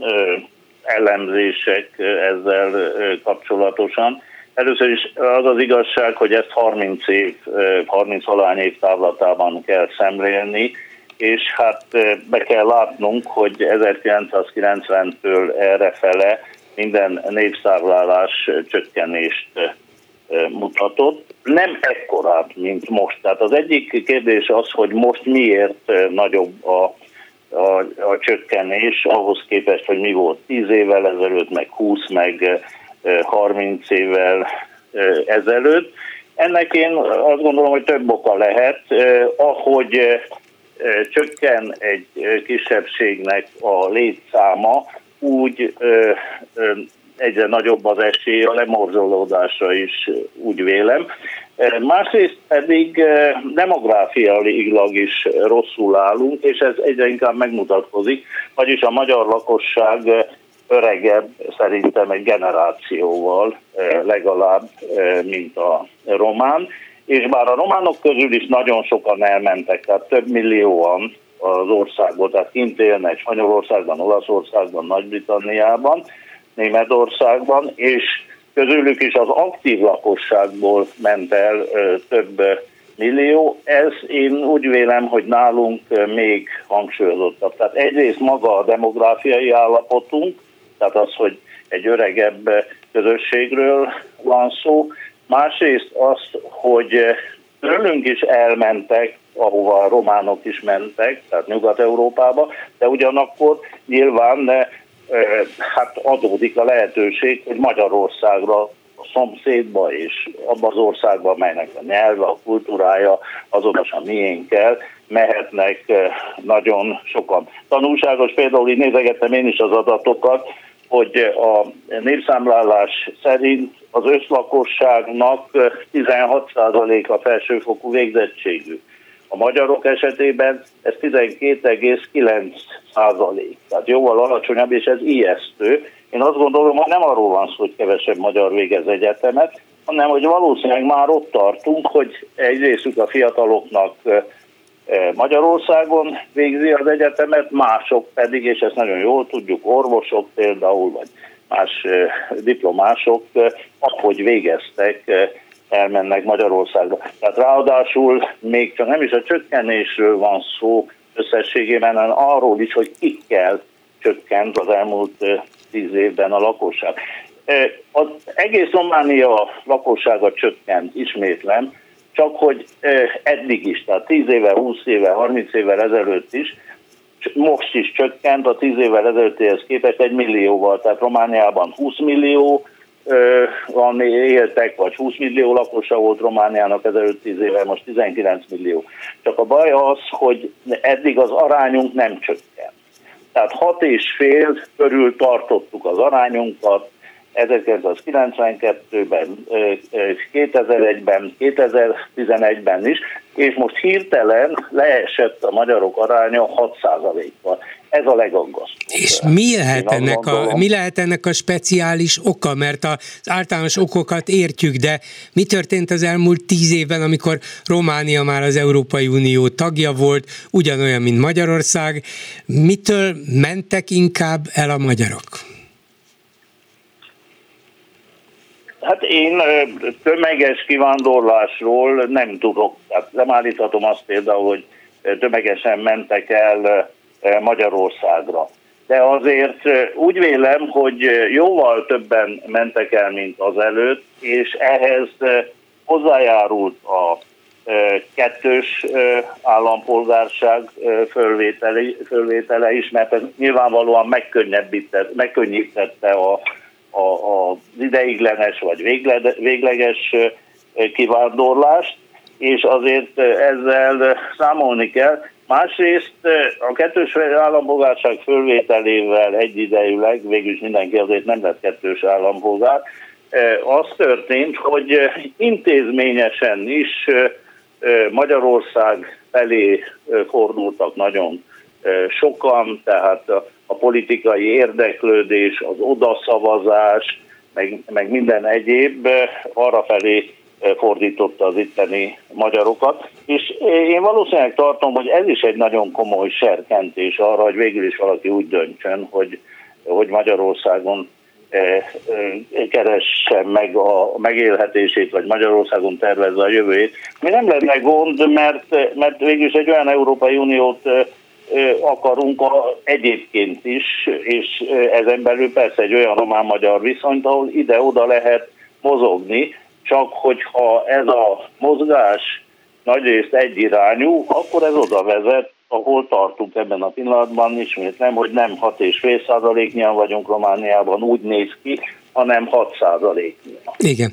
elemzések ezzel kapcsolatosan. Először is az az igazság, hogy ezt harminc év, harminc valány év távlatában kell szemlélni, és hát be kell látnunk, hogy ezerkilencszázkilencventől errefele minden népszámlálás csökkenést mutatott. Nem ekkorát, mint most. Tehát az egyik kérdés az, hogy most miért nagyobb a A, a csökkenés ahhoz képest, hogy mi volt tíz évvel ezelőtt, meg húsz, meg harminc évvel ezelőtt. Ennek én azt gondolom, hogy több oka lehet, ahogy csökken egy kisebbségnek a létszáma, úgy egyre nagyobb az esély a lemorzsolódásra is, úgy vélem. Másrészt pedig demográfiailag is rosszul állunk, és ez egyre inkább megmutatkozik, vagyis a magyar lakosság öregebb, szerintem egy generációval legalább, mint a román, és bár a románok közül is nagyon sokan elmentek, tehát több millióan az országból, tehát kint élnek Spanyolországban, Olaszországban, Nagy-Britanniában, Németországban, és közülük is az aktív lakosságból ment el több millió. Ez én úgy vélem, hogy nálunk még hangsúlyozottabb. Tehát egyrészt maga a demográfiai állapotunk, tehát az, hogy egy öregebb közösségről van szó, másrészt az, hogy tőlünk is elmentek, ahova a románok is mentek, tehát Nyugat-Európába, de ugyanakkor nyilván hát adódik a lehetőség, hogy Magyarországra, a szomszédba és abban az országban, melynek a nyelve, a kultúrája azonos a miénkkel, mehetnek nagyon sokan. Tanulságos, például így nézegettem én is az adatokat, hogy a népszámlálás szerint az összlakosságnak tizenhat százaléka felsőfokú végzettségű. A magyarok esetében ez tizenkét egész kilenc százalék, tehát jóval alacsonyabb, és ez ijesztő. Én azt gondolom, hogy nem arról van szó, hogy kevesebb magyar végez egyetemet, hanem hogy valószínűleg már ott tartunk, hogy egy részük a fiataloknak Magyarországon végzi az egyetemet, mások pedig, és ezt nagyon jól tudjuk, orvosok például, vagy más diplomások, ahogy végeztek, elmennek Magyarországra. Tehát ráadásul még csak nem is a csökkenésről van szó összességében, hanem arról is, hogy kikkel csökkent az elmúlt tíz évben a lakosság. Az egész Románia lakossága csökkent, ismétlem, csak hogy eddig is, tehát tíz éve, húsz éve, harminc évvel ezelőtt is, most is csökkent a tíz évvel ezelőttihez képest egy millióval, tehát Romániában húsz millió van éltek, vagy húsz millió lakosa volt Romániának ezelőtt tíz éve, most tizenkilenc millió. Csak a baj az, hogy eddig az arányunk nem csökkent. Tehát hat és fél körül tartottuk az arányunkat, ezerkilencszázkilencvenkettőben, kétezer-egyben, kétezer-tizenegyben is, és most hirtelen leesett a magyarok aránya hat százalékkal. Ez a legaggasztóbb. És mi lehet, ennek a, mi lehet ennek a speciális oka? Mert az általános okokat értjük, de mi történt az elmúlt tíz évben, amikor Románia már az Európai Unió tagja volt, ugyanolyan, mint Magyarország? Mitől mentek inkább el a magyarok? Hát én tömeges kivándorlásról nem tudok. Hát nem állíthatom azt például, hogy tömegesen mentek el Magyarországra. De azért úgy vélem, hogy jóval többen mentek el, mint azelőtt, és ehhez hozzájárult a kettős állampolgárság fölvétele, fölvétele is, mert ez nyilvánvalóan megkönnyítette a az ideiglenes vagy végleges kivándorlást, és azért ezzel számolni kell. Másrészt a kettős állampolgárság fölvételével egyidejűleg, végülis mindenki azért nem lett kettős állampolgár, az történt, hogy intézményesen is Magyarország felé fordultak nagyon sokan, tehát a politikai érdeklődés, az odaszavazás, meg, meg minden egyéb arra felé fordította az itteni magyarokat, és én valószínűleg tartom, hogy ez is egy nagyon komoly serkentés arra, hogy végül is valaki úgy döntsön, hogy, hogy Magyarországon keressen meg a megélhetését, vagy Magyarországon tervezze a jövőjét. Mi nem lenne gond, mert, mert végül is egy olyan Európai Uniót akarunk a, egyébként is, és ezen belül persze egy olyan román-magyar viszonyt, ahol ide-oda lehet mozogni, csak hogyha ez a mozgás nagyrészt egyirányú, akkor ez oda vezet, ahol tartunk ebben a pillanatban, ismétlem, hogy nem hat egész öt százaléknyian vagyunk Romániában, úgy néz ki, hanem hat százaléknyian. Igen.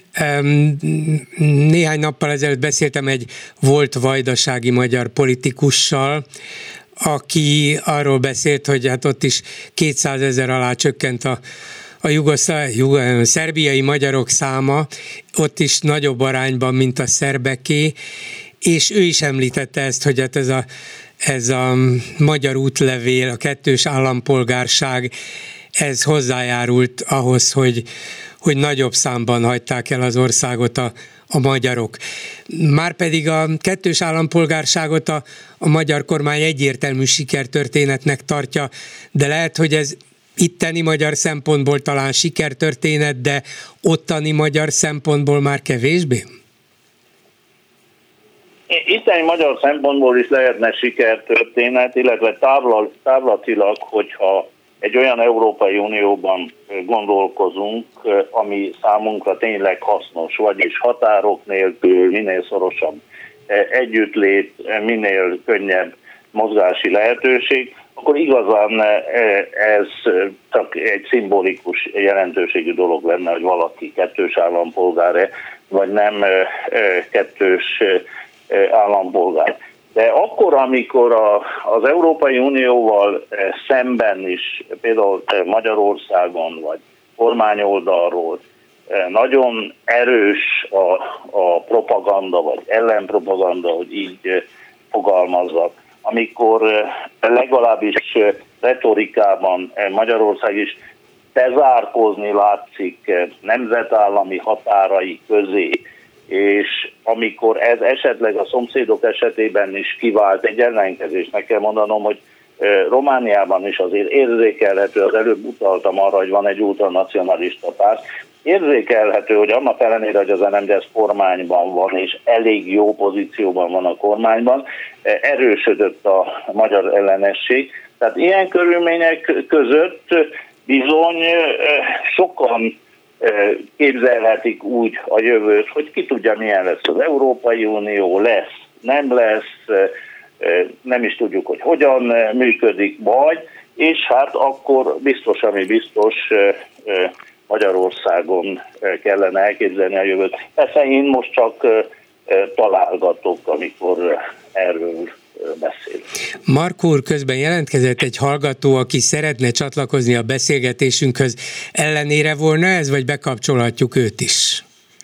Néhány nappal ezelőtt beszéltem egy volt vajdasági magyar politikussal, aki arról beszélt, hogy hát ott is kétszázezer alá csökkent a a jugoszláv, jug, szerbiai magyarok száma, ott is nagyobb arányban, mint a szerbeké, és ő is említette ezt, hogy hát ez a, ez a magyar útlevél, a kettős állampolgárság, ez hozzájárult ahhoz, hogy, hogy nagyobb számban hagyták el az országot a, a magyarok. Márpedig a kettős állampolgárságot a, a magyar kormány egyértelmű sikertörténetnek tartja, de lehet, hogy ez itteni magyar szempontból talán sikertörténet, de ottani magyar szempontból már kevésbé? Itteni magyar szempontból is lehetne sikertörténet, illetve távla, távlatilag, hogyha egy olyan Európai Unióban gondolkozunk, ami számunkra tényleg hasznos, vagyis határok nélkül minél szorosabb együttlét, minél könnyebb mozgási lehetőség, akkor igazán ez csak egy szimbolikus jelentőségű dolog lenne, hogy valaki kettős állampolgár-e, vagy nem kettős állampolgár. De akkor, amikor a, az Európai Unióval szemben is, például Magyarországon, vagy kormányoldalról nagyon erős a, a propaganda, vagy ellenpropaganda, hogy így fogalmazzak, amikor legalábbis retorikában Magyarország is bezárkózni látszik nemzetállami határai közé, és amikor ez esetleg a szomszédok esetében is kivált egy ellenkezés, meg kell mondanom, hogy Romániában is azért érzékelhető, az előbb utaltam arra, hogy van egy ultranacionalista párt, érzékelhető, hogy annak ellenére, hogy az em en dé e es kormányban van, és elég jó pozícióban van a kormányban, erősödött a magyar ellenesség. Tehát ilyen körülmények között bizony sokan képzelhetik úgy a jövőt, hogy ki tudja, milyen lesz az Európai Unió, lesz, nem lesz, nem is tudjuk, hogy hogyan működik majd, és hát akkor biztos, ami biztos, Magyarországon kellene elképzelni a jövőt. Persze én most csak találgatok, amikor erről beszél. Markó úr, közben jelentkezett egy hallgató, aki szeretne csatlakozni a beszélgetésünkhöz. Ellenére volna ez, vagy bekapcsolhatjuk őt is?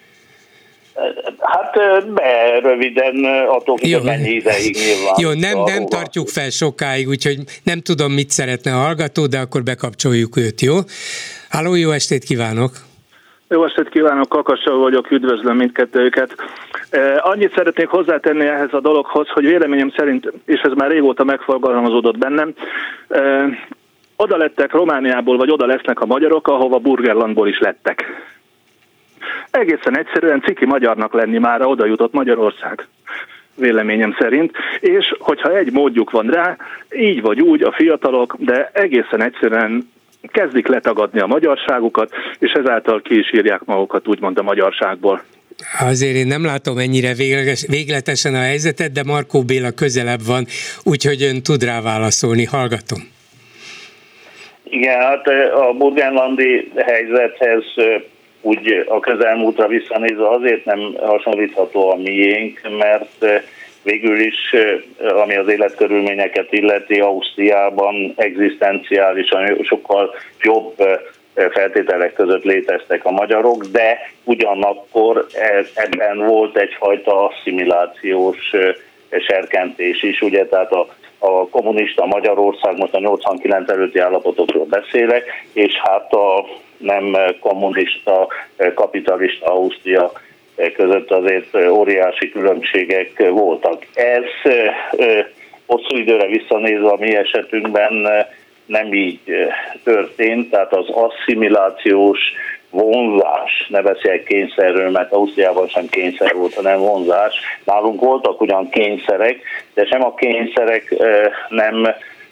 Hát be, röviden, attól függ, mennyi ideig nyilván. Jó, nem, nem tartjuk fel sokáig, úgyhogy nem tudom, mit szeretne a hallgató, de akkor bekapcsoljuk őt, jó? Halló, jó estét kívánok! Jó estét kívánok, Kakassa vagyok, üdvözlöm mindkettőjüket. Annyit szeretnék hozzátenni ehhez a dologhoz, hogy véleményem szerint, és ez már régóta megfogalmazódott bennem, oda lettek Romániából, vagy oda lesznek a magyarok, ahova Burgenlandból is lettek. Egészen egyszerűen ciki magyarnak lenni mára oda jutott Magyarország, véleményem szerint, és hogyha egy módjuk van rá, így vagy úgy a fiatalok, de egészen egyszerűen kezdik letagadni a magyarságukat, és ezáltal ki is írják magukat úgymond a magyarságból. Azért én nem látom ennyire végleges, végletesen a helyzetet, de Markó Béla közelebb van, úgyhogy ön tud rá válaszolni, hallgatom. Igen, hát a burgenlandi helyzethez úgy a közelmúltra visszanézve azért nem hasonlítható a miénk, mert végül is, ami az életkörülményeket illeti, Ausztriában egzisztenciálisan sokkal jobb feltételek között léteztek a magyarok, de ugyanakkor ebben volt egyfajta asszimilációs serkentés is, ugye, tehát a, a kommunista Magyarország, most a nyolcvankilenc előtti állapotokról beszélek, és hát a nem kommunista, kapitalista Ausztria között azért óriási különbségek voltak. Ez hosszú időre visszanézve a mi esetünkben nem így történt, tehát az asszimilációs vonzás, ne beszéljek kényszerről, mert Ausztriában sem kényszer volt, hanem vonzás. Nálunk voltak ugyan kényszerek, de sem a kényszerek nem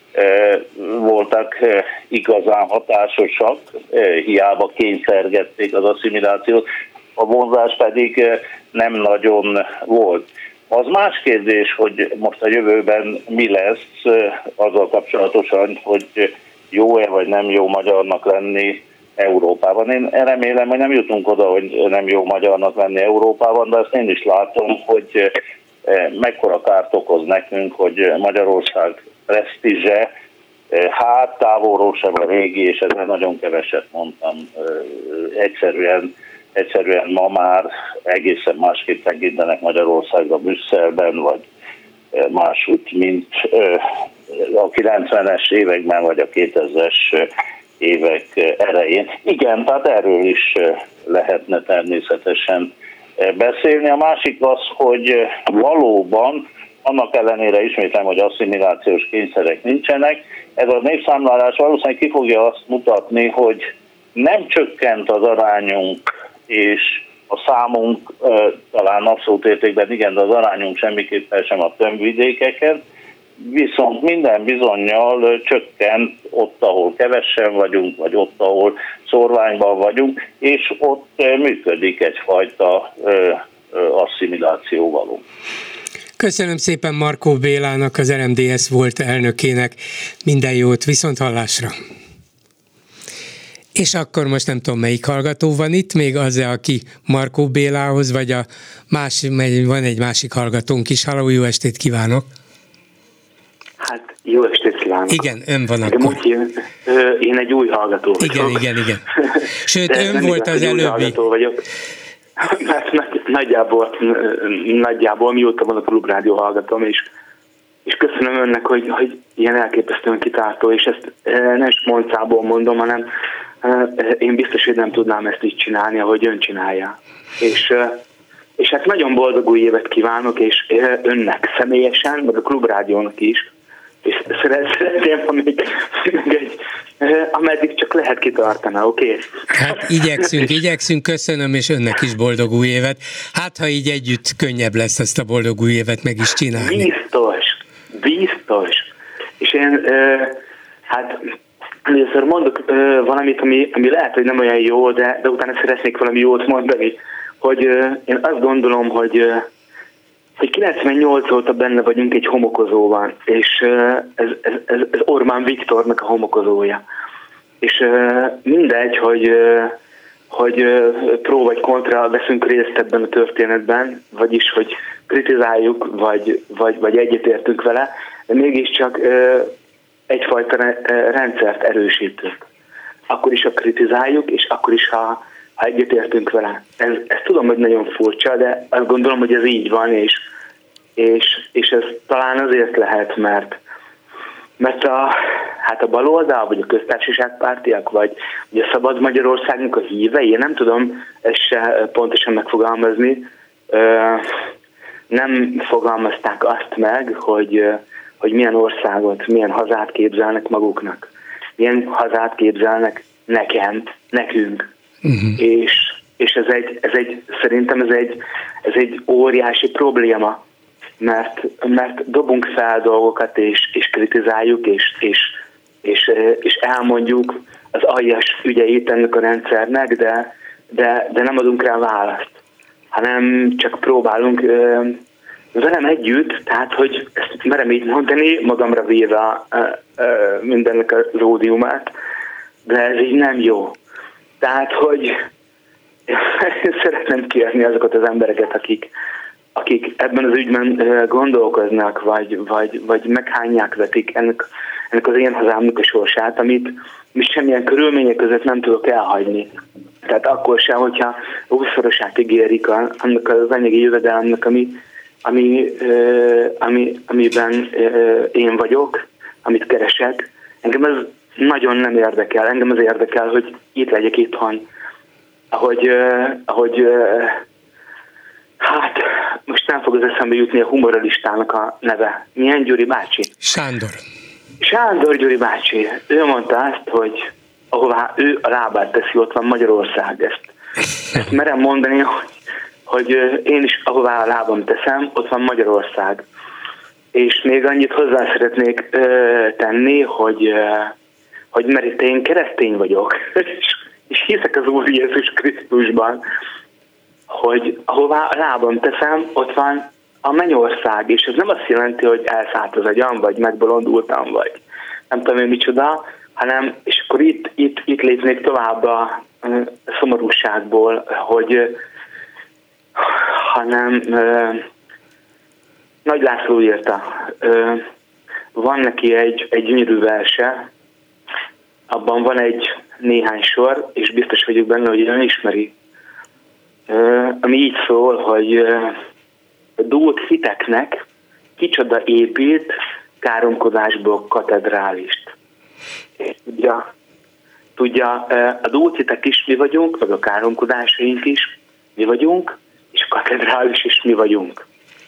voltak igazán hatásosak, hiába kényszergették az asszimilációt, a vonzás pedig nem nagyon volt. Az más kérdés, hogy most a jövőben mi lesz azzal kapcsolatosan, hogy jó-e vagy nem jó magyarnak lenni Európában. Én remélem, hogy nem jutunk oda, hogy nem jó magyarnak lenni Európában, de ezt én is látom, hogy mekkora kárt okoz nekünk, hogy Magyarország presztízse, hát távolról sem a régi, és ezzel nagyon keveset mondtam, egyszerűen Egyszerűen ma már egészen másképp tekintenek Magyarországra Brüsszelben, vagy máshogy, mint a kilencvenes években, vagy a kétezres évek elején. Igen, tehát erről is lehetne természetesen beszélni. A másik az, hogy valóban, annak ellenére ismétlem, hogy asszimilációs kényszerek nincsenek, ez a népszámlálás valószínűleg ki fogja azt mutatni, hogy nem csökkent az arányunk, és a számunk talán abszolút értékben igen, de az arányunk semmiképpen sem a tömbvidékeken, viszont minden bizonnyal csökkent ott, ahol kevesen vagyunk, vagy ott, ahol szórványban vagyunk, és ott működik egyfajta asszimiláció való. Köszönöm szépen Markó Bélának, az er em dé es volt elnökének. Minden jót, viszont hallásra! És akkor most nem tudom, melyik hallgató van itt, még az, aki Markó Bélához, vagy a más, van egy másik hallgatónk is. Halló, jó estét kívánok! Hát, jó estét kívánok! Igen, ön van akkor. Én, én egy új hallgató vagyok. Igen, igen, igen. Sőt, de ön volt az előbbi. Hallgató vagyok. Mert nagyjából, nagyjából mióta van a Klubrádió hallgatom, és, és köszönöm önnek, hogy, hogy ilyen elképesztően kitartó, és ezt nem spontánból mondom, hanem én biztos, hogy nem tudnám ezt így csinálni, ahogy ön csinálja. És, és hát nagyon boldog új évet kívánok, és önnek személyesen, meg a Klubrádiónak is, és szeretném, amíg, egy, ameddig csak lehet kitartani, oké? Okay? Hát igyekszünk, igyekszünk, köszönöm, és önnek is boldog új évet. Hát, ha így együtt könnyebb lesz ezt a boldog új évet meg is csinálni. Biztos, biztos. És én, hát először mondok valamit, ami, ami lehet, hogy nem olyan jó, de, de utána szeretnék valami jót mondani, hogy én azt gondolom, hogy hogy kilencvennyolc óta benne vagyunk egy homokozóban, és ez, ez, ez, ez Orbán Viktornak a homokozója. És mindegy, hogy, hogy pró vagy kontra veszünk részt ebben a történetben, vagyis, hogy kritizáljuk, vagy, vagy, vagy egyetértünk vele, de mégiscsak egyfajta rendszert erősítünk. Akkor is, ha kritizáljuk, és akkor is, ha, ha egyetértünk vele. Ez, ezt tudom, hogy nagyon furcsa, de azt gondolom, hogy ez így van, és, és, és ez talán azért lehet, mert, mert a, hát a baloldal, vagy a köztársaságpártiak, vagy, vagy a Szabad Magyarországnak a hívei, én nem tudom ezt se pontosan megfogalmazni, nem fogalmazták azt meg, hogy, hogy milyen országot, milyen hazát képzelnek maguknak. Milyen hazát képzelnek nekem, nekünk. Uh-huh. És, és ez egy, ez egy, szerintem ez egy, ez egy óriási probléma, mert, mert dobunk fel dolgokat, és, és kritizáljuk, és, és, és, és elmondjuk az aljas ügyeit ennek a rendszernek, de, de, de nem adunk rá választ, hanem csak próbálunk velem együtt, tehát, hogy ezt merem így mondani, magamra véve mindennek a ródiumát, de ez így nem jó. Tehát, hogy szeretném kérni azokat az embereket, akik, akik ebben az ügyben gondolkoznak, vagy, vagy, vagy meghányják vetik ennek, ennek az én hazámnak a sorsát, amit mi semmilyen körülmények között nem tudok elhagyni. Tehát akkor sem, hogyha húszszorosát ígérik annak az anyagi jövedelemnek, ami, ami, ami, amiben én vagyok, amit keresek. Engem ez nagyon nem érdekel. Engem az érdekel, hogy itt legyek itthon. Ahogy, ahogy hát most nem fog az eszembe jutni a humoralistának a neve. Milyen Gyuri bácsi? Sándor. Sándor Gyuri bácsi. Ő mondta azt, hogy ahová ő a lábát teszi, ott van Magyarország. Ezt, ezt merem mondani, hogy, hogy én is ahová a lábam teszem, ott van Magyarország. És még annyit hozzá szeretnék ö, tenni, hogy, ö, hogy mert én keresztény vagyok, és, és hiszek az Úr Jézus Krisztusban, hogy ahová a lábam teszem, ott van a mennyország, és ez nem azt jelenti, hogy elszállt az agyam, vagy megbolondultam, vagy nem tudom én micsoda, hanem, és akkor itt, itt, itt lépnék tovább a szomorúságból, hogy hanem Nagy László írta, van neki egy, egy gyönyörű verse, abban van egy néhány sor, és biztos vagyok benne, hogy ön ismeri, ami így szól, hogy dúlt hiteknek kicsoda épít káromkodásból katedrálist. És tudja, tudja, a dúlt hitek is mi vagyunk, meg a káromkodásaink is mi vagyunk, és a katedrális is mi vagyunk.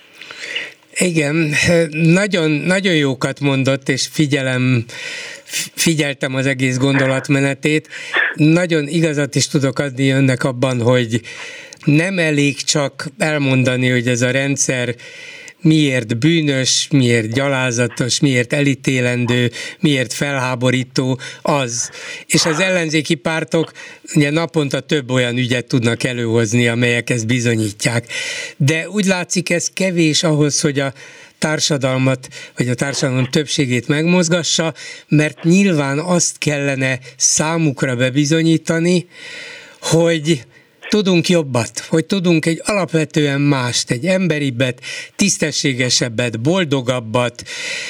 Igen, nagyon, nagyon jókat mondott, és figyelem, figyeltem az egész gondolatmenetét. Nagyon igazat is tudok adni önnek abban, hogy nem elég csak elmondani, hogy ez a rendszer miért bűnös, miért gyalázatos, miért elítélendő, miért felháborító az. És az ellenzéki pártok ugye naponta több olyan ügyet tudnak előhozni, amelyek ezt bizonyítják. De úgy látszik, ez kevés ahhoz, hogy a társadalmat, vagy a társadalom többségét megmozgassa, mert nyilván azt kellene számukra bebizonyítani, hogy tudunk jobbat, hogy tudunk egy alapvetően mást, egy emberibbet, tisztességesebbet, boldogabbat,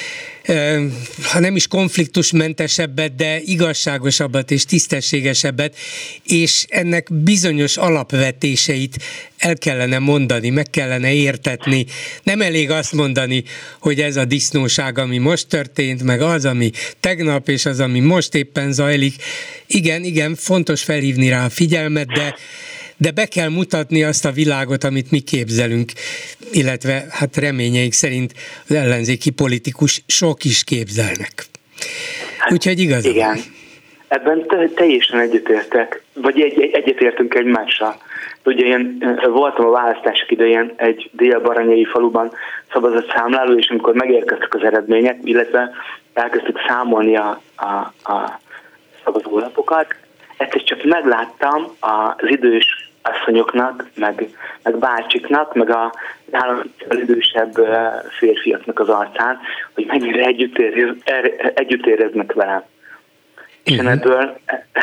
ha nem is konfliktusmentesebbet, de igazságosabbat és tisztességesebbet, és ennek bizonyos alapvetéseit el kellene mondani, meg kellene értetni. Nem elég azt mondani, hogy ez a disznóság, ami most történt, meg az, ami tegnap, és az, ami most éppen zajlik. Igen, igen, fontos felhívni rá a figyelmet, de de be kell mutatni azt a világot, amit mi képzelünk, illetve hát reményeink szerint az ellenzéki politikus sok is képzelnek. Úgyhogy igaz. Igen. Ebben te, teljesen egyetértek, vagy egy, egy, egyetértünk egymással. Ugye én voltam a választások idején egy dél-baranyai faluban szavazatszámláló, és amikor megérkeztek az eredmények, illetve elkezdtük számolni a, a, a szavazólapokat, ezt csak megláttam az idős asszonyoknak, meg, meg bácsiknak, meg a nálam idősebb férfiaknak az arcán, hogy mennyire együtt, érez, együtt éreznek velem. És uh-huh. ebből,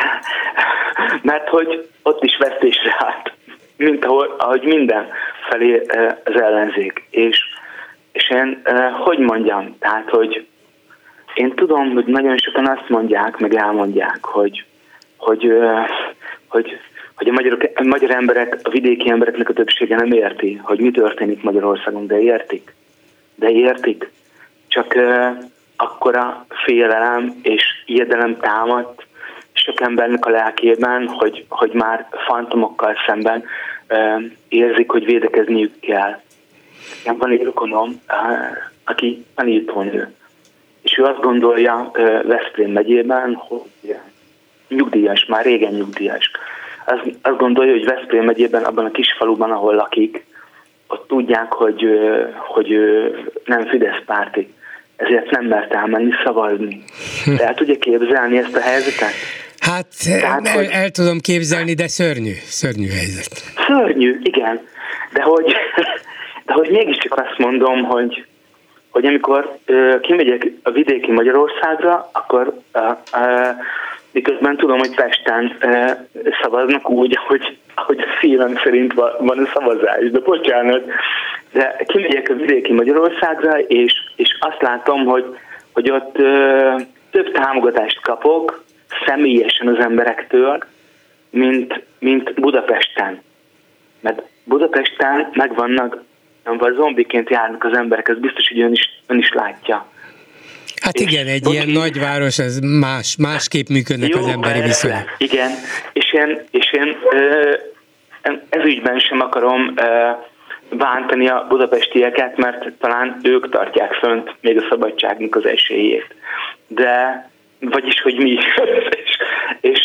mert hogy ott is vesztésre állt, mint ahol, ahogy minden felé az ellenzék. És, és én, hogy mondjam, tehát, hogy én tudom, hogy nagyon sokan azt mondják, meg elmondják, hogy hogy, hogy, hogy a, magyarok, a magyar emberek, a vidéki embereknek a többsége nem érti, hogy mi történik Magyarországon, de értik. De értik. Csak uh, akkora félelem és ijedelem támadt sok embernek a lelkében, hogy, hogy már fantomokkal szemben uh, érzik, hogy védekezniük kell. Nekem van egy rokonom, uh, aki tanítónő, és ő azt gondolja uh, Veszprém megyében, hogy nyugdíjas, már régen nyugdíjas. Azt, azt gondolja, hogy Veszprém megyében, abban a kis faluban, ahol lakik, ott tudják, hogy, hogy nem Fidesz párti. Ezért nem mert elmenni szavazni. De el tudja képzelni ezt a helyzetet? Hát Tehát, el, hogy... el tudom képzelni, de szörnyű, szörnyű helyzet. Szörnyű, igen. De hogy, de hogy mégiscsak azt mondom, hogy, hogy amikor uh, kimegyek a vidéki Magyarországra, akkor uh, uh, miközben tudom, hogy Pesten uh, szavaznak úgy, ahogy, ahogy a szívem szerint van, van a szavazás. De bocsánat, de kimegyek a vidéki Magyarországra, és, és azt látom, hogy, hogy ott ö, több támogatást kapok személyesen az emberektől, mint, mint Budapesten. Mert Budapesten megvannak, vagy zombiként járnak az emberek, ez biztos, hogy ön is, ön is látja. Hát és igen, egy ilyen nagyváros, ez más, másképp működnek jó, az emberi viszonyok. Igen, és én, és én ez ügyben sem akarom bántani a budapestieket, mert talán ők tartják fönt még a szabadságnak az esélyét. De, vagyis, hogy mi. és, és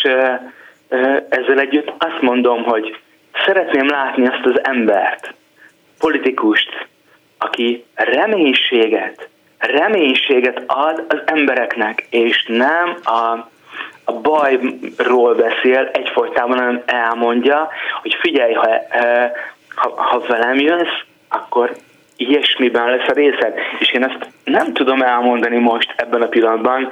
ezzel együtt azt mondom, hogy szeretném látni azt az embert, politikust, aki reménységet, reménységet ad az embereknek, és nem a, a bajról beszél egyfolytában, hanem elmondja, hogy figyelj, ha, ha, ha velem jössz, akkor ilyesmiben lesz a részed. És én ezt nem tudom elmondani most ebben a pillanatban,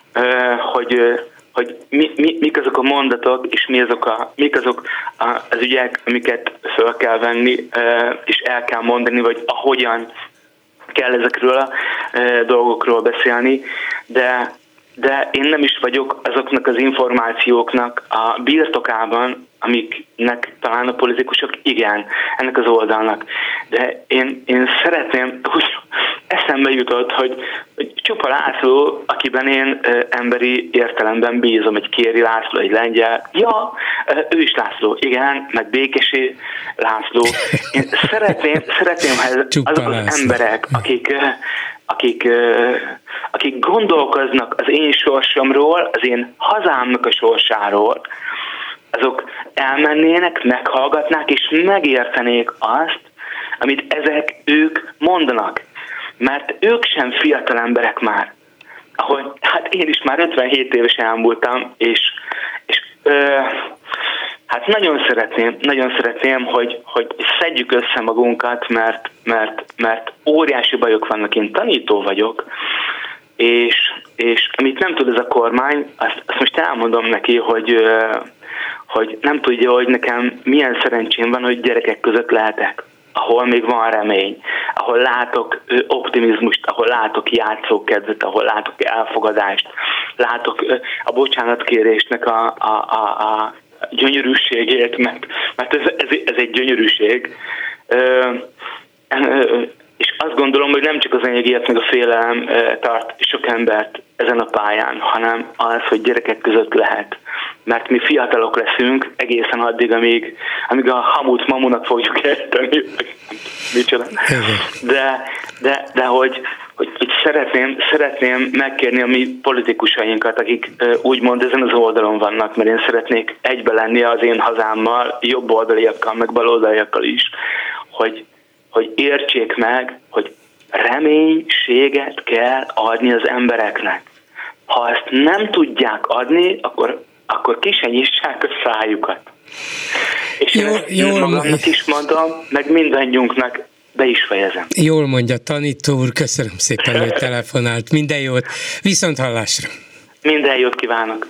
hogy, hogy mi, mi, mik azok a mondatok, és mi azok a, mik azok az ügyek, amiket föl kell venni, és el kell mondani, vagy ahogyan kell ezekről a dolgokról beszélni, de, de én nem is vagyok azoknak az információknak a birtokában, amiknek talán a politikusok igen, ennek az oldalnak. De én, én szeretném, úgy eszembe jutott, hogy, hogy Csupa László, akiben én ö, emberi értelemben bízom, egy Kéri László, egy lengyel, ja, ö, ő is László, igen, meg Békesi László. Én szeretném, szeretném ha ez, azok az László. Emberek, akik, ö, akik, ö, akik gondolkoznak az én sorsomról, az én hazámnak a sorsáról, azok elmennének, meghallgatnák és megértenék azt, amit ezek ők mondanak. Mert ők sem fiatal emberek már. Ahogy, hát én is már ötvenhét éves elmúltam, és, és ö, hát nagyon szeretném, nagyon szeretném, hogy, hogy szedjük össze magunkat, mert, mert, mert óriási bajok vannak, én tanító vagyok, és, és amit nem tud ez a kormány, azt, azt most elmondom neki, hogy ö, hogy nem tudja, hogy nekem milyen szerencsém van, hogy gyerekek között lehetek, ahol még van remény, ahol látok optimizmust, ahol látok játszókedvet, ahol látok elfogadást, látok a bocsánatkérésnek a, a, a, a gyönyörűségét, mert, mert ez, ez, ez egy gyönyörűség. És azt gondolom, hogy nem csak az anyagiat meg a félelem tart sok embert ezen a pályán, hanem az, hogy gyerekek között lehet. Mert mi fiatalok leszünk egészen addig, amíg, amíg a hamut mamunak fogjuk érteni. Micsoda. De, de, de hogy, hogy, hogy szeretném, szeretném megkérni a mi politikusainkat, akik úgymond ezen az oldalon vannak, mert én szeretnék egybe lenni az én hazámmal, jobb oldaliakkal, meg baloldaliakkal is, hogy hogy értsék meg, hogy reménységet kell adni az embereknek. Ha ezt nem tudják adni, akkor, akkor ki se nyissák a szájukat. És jó, én ezt jól magamnak is mondom, meg mindannyiunknak be is fejezem. Jól mondja, tanító úr, köszönöm szépen, hogy telefonált. Minden jót, viszont hallásra. Minden jót kívánok.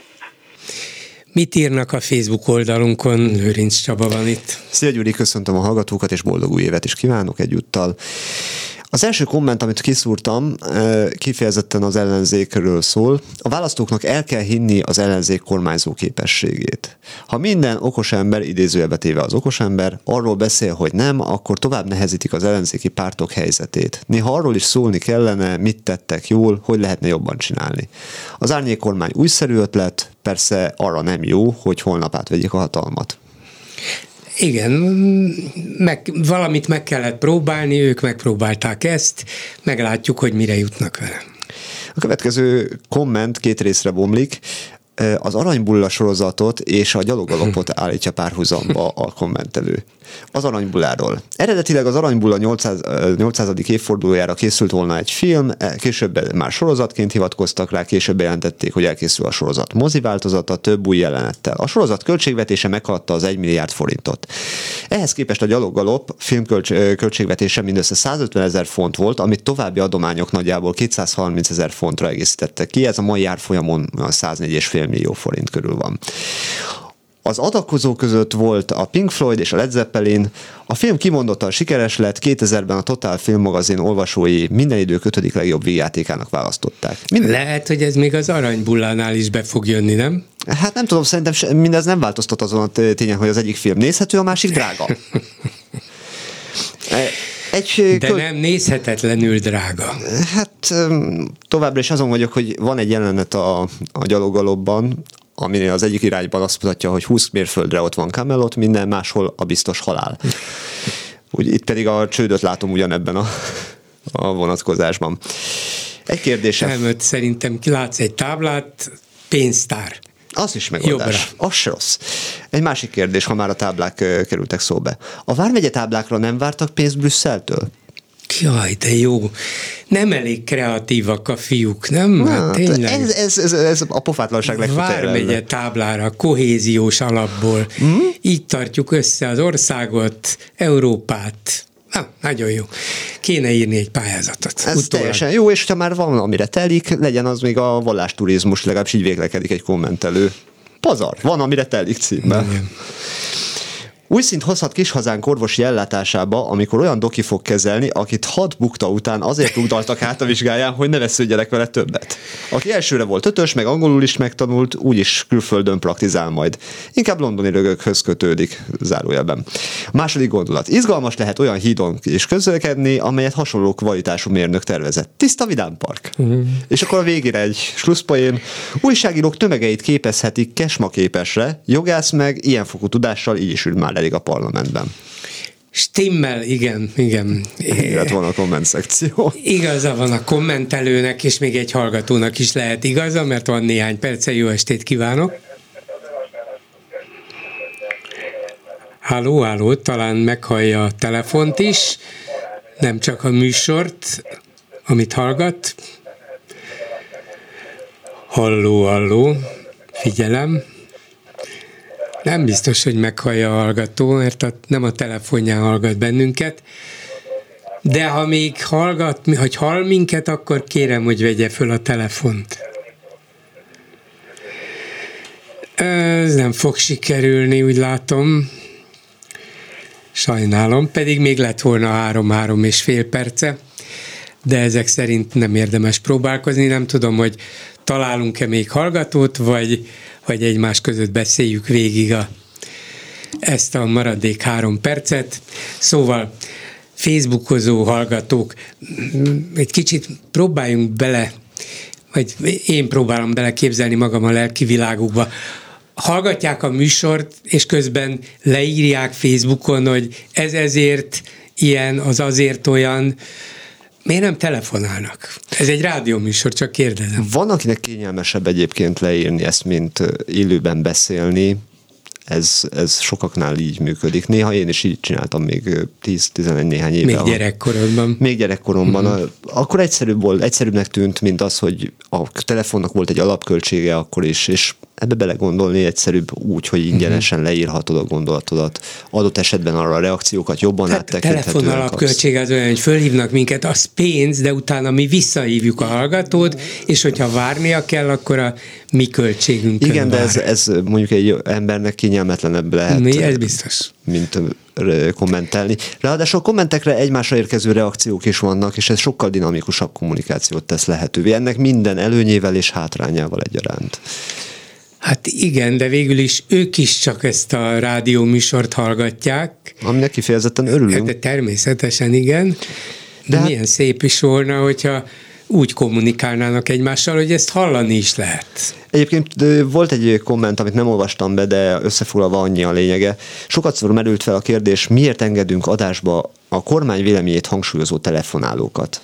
Mit írnak a Facebook oldalunkon? Lőrinc Csaba van itt. Szia Gyuri, köszöntöm a hallgatókat, és boldog új évet is kívánok egyúttal. Az első komment, amit kiszúrtam, kifejezetten az ellenzékről szól. A választóknak el kell hinni az ellenzék kormányzó képességét. Ha minden okos ember, idézőjelbe téve az okos ember, arról beszél, hogy nem, akkor tovább nehezítik az ellenzéki pártok helyzetét. Néha arról is szólni kellene, mit tettek jól, hogy lehetne jobban csinálni. Az árnyék kormány újszerű ötlet, persze arra nem jó, hogy holnap átvegyék a hatalmat. Igen, meg, valamit meg kellett próbálni, ők megpróbálták ezt, meglátjuk, hogy mire jutnak vele. A következő komment két részre bomlik. Az Aranybulla sorozatot és a Gyalogalapot állítja párhuzamba a kommentelő. Az Aranybulláról. Eredetileg az Aranybulla nyolcszázadik évfordulójára készült volna egy film, később már sorozatként hivatkoztak rá, később bejelentették, hogy elkészül a sorozat moziváltozata, több új jelenettel. A sorozat költségvetése meghaladta az egy milliárd forintot. Ehhez képest a Gyaloggalop film költségvetése mindössze százötvenezer font volt, amit további adományok nagyjából kétszázharmincezer fontra egészítettek ki, ez a mai árfolyamon száznégy egész öt millió forint körül van. Az adakozó között volt a Pink Floyd és a Led Zeppelin. A film kimondottan sikeres lett, kétezerben a Total Film magazin olvasói minden idők ötödik legjobb vígjátékának választották. Mind... Lehet, hogy ez még az Aranybullánál is be fog jönni, nem? Hát nem tudom, szerintem mindez nem változtat azon a tényen, hogy az egyik film nézhető, a másik drága. Egy De köl... nem nézhetetlenül drága. Hát továbbra is azon vagyok, hogy van egy jelenet a, a gyalogalobban, aminél az egyik irányban azt mutatja, hogy húsz mérföldre ott van Camelot, minden máshol a biztos halál. Úgy, itt pedig a csődöt látom ugyanebben a, a vonatkozásban. Egy kérdésem. Elmöt, szerintem látsz egy táblát, pénztár. Az is megoldás. Jobbra. Az se rossz. Egy másik kérdés, ha már a táblák kerültek szóba. A Vármegye táblákra nem vártak pénzt Brüsszeltől? Jaj, de jó. Nem elég kreatívak a fiúk, nem? Hát, tényleg. Ez, ez, ez, ez a pofátlanság legfutárelve. Vármegye táblára, kohéziós alapból. Mm? Így tartjuk össze az országot, Európát. Ah, nagyon jó. Kéne írni egy pályázatot. Ez utólag. Teljesen jó, és ha már van, amire telik, legyen az még a vallásturizmus, legalábbis így véglekedik egy kommentelő. Pazar, van, amire telik címben. Igen. Új szint hozhat kis hazánk orvosi ellátásába, amikor olyan doki fog kezelni, akit hat bukta után azért rúgdaltak át a vizsgáján, hogy ne vesződjenek vele többet. Aki elsőre volt ötös, meg angolul is megtanult, úgyis külföldön praktizál majd. Inkább londoni rögökhöz kötődik, zárójelben. Második gondolat. Izgalmas lehet olyan hídon is közlekedni, amelyet hasonló kvalitású mérnök tervezett. Tiszta vidámpark. Mm. És akkor a végére egy slusszpoén. Újságírók tömegeit képezhetik kesmaképesre, jogász meg ilyenfokú tudással így is ül már elég a parlamentben. Stimmel, igen, igen. Illetve van a komment szekció. Igaza van a kommentelőnek, és még egy hallgatónak is lehet igaza, mert van néhány perce. Jó estét kívánok! Halló, halló, talán meghallja a telefont is, nem csak a műsort, amit hallgat. Halló, halló, figyelem. Nem biztos, hogy meghallja a hallgató, mert a, nem a telefonján hallgat bennünket, de ha még hallgat, hogy hall minket, akkor kérem, hogy vegye föl a telefont. Ez nem fog sikerülni, úgy látom. Sajnálom, pedig még lett volna három-három és fél perce, de ezek szerint nem érdemes próbálkozni. Nem tudom, hogy találunk-e még hallgatót, vagy vagy egymás között beszéljük végig a, ezt a maradék három percet. Szóval Facebookozó hallgatók, egy kicsit próbáljunk bele, vagy én próbálom beleképzelni magam a lelki világukba. Hallgatják a műsort, és közben leírják Facebookon, hogy ez ezért ilyen, az azért olyan. Miért nem telefonálnak? Ez egy rádióműsor, csak kérdezem. Van, akinek kényelmesebb egyébként leírni ezt, mint élőben beszélni. Ez, ez sokaknál így működik. Néha én is így csináltam még tíz-tizenegy néhány éve. Még gyerekkoromban. Még gyerekkoromban. Mm-hmm. Akkor egyszerűbb volt, egyszerűbbnek tűnt, mint az, hogy a telefonnak volt egy alapköltsége akkor is, és ebbe belegondolni egyszerűbb úgy, hogy ingyenesen leírhatod a gondolatodat. Adott esetben arra a reakciókat jobban hát áttekinthetően. A telefon alapköltsége az olyan, hogy fölhívnak minket, az pénz, de utána mi visszahívjuk a hallgatót, és hogyha várnia kell, akkor a mi költségünkön igen, vár. De ez, ez mondjuk egy embernek kényelmetlenebb lehet. Mi, ez biztos. Mint kommentelni. Ráadásul a kommentekre egymásra érkező reakciók is vannak, és ez sokkal dinamikusabb kommunikációt tesz lehetővé. Ennek minden előnyével és hátrányával egyaránt. Hát igen, de végül is ők is csak ezt a rádióműsort hallgatják. Aminek kifejezetten örülünk. De természetesen igen. De hát... milyen szép is volna, hogyha úgy kommunikálnának egymással, hogy ezt hallani is lehet. Egyébként volt egy komment, amit nem olvastam be, de összefoglalva annyi a lényege. Sokatszor merült fel a kérdés, miért engedünk adásba a kormány véleményét hangsúlyozó telefonálókat.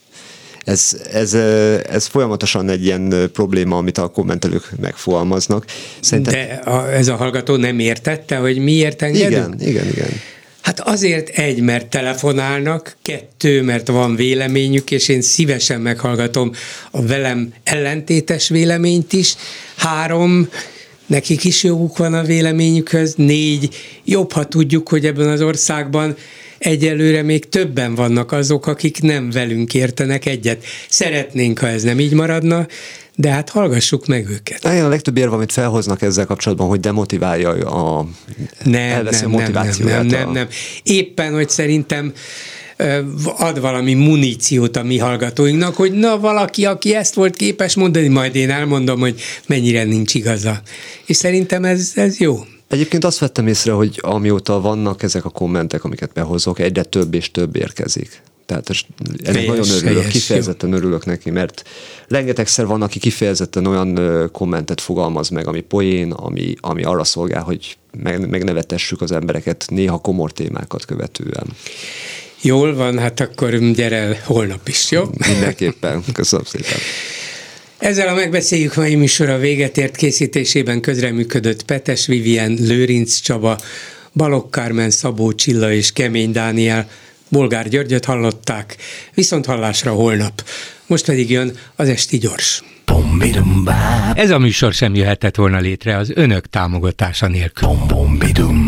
Ez, ez, ez folyamatosan egy ilyen probléma, amit a kommentelők megfogalmaznak. Szerintem... De a, ez a hallgató nem értette, hogy miért engedünk? Igen, igen, igen. Hát azért egy, mert telefonálnak, kettő, mert van véleményük, és én szívesen meghallgatom a velem ellentétes véleményt is, három, nekik is joguk van a véleményükhöz, négy, jobb, ha tudjuk, hogy ebben az országban egyelőre még többen vannak azok, akik nem velünk értenek egyet. Szeretnénk, ha ez nem így maradna, de hát hallgassuk meg őket. Igen, a legtöbb érv, amit felhoznak ezzel kapcsolatban, hogy demotiválja a nem, elveszi nem, a motivációját. Nem, nem, nem, nem. Éppen, hogy szerintem ad valami muníciót a mi hallgatóinknak, hogy na valaki, aki ezt volt képes mondani, majd én elmondom, hogy mennyire nincs igaza. És szerintem ez, ez jó. Egyébként azt vettem észre, hogy amióta vannak ezek a kommentek, amiket behozok, egyre több és több érkezik. Tehát ennek nagyon örülök, helyes, kifejezetten jó. örülök neki, mert rengetegszer van, aki kifejezetten olyan kommentet fogalmaz meg, ami poén, ami, ami arra szolgál, hogy meg, megnevetessük az embereket néha komor témákat követően. Jól van, hát akkor gyere el holnap is, jó? Mindenképpen, köszönöm szépen. Ezzel a Megbeszéljük mai műsora véget ért, készítésében közreműködött Petes Vivien, Lőrinc Csaba, Balogh Kármen, Szabó Csilla és Kemény Dániel. Bolgár Györgyöt hallották, viszont hallásra holnap. Most pedig jön az Esti Gyors. Ez a műsor sem jöhetett volna létre az önök támogatása nélkül.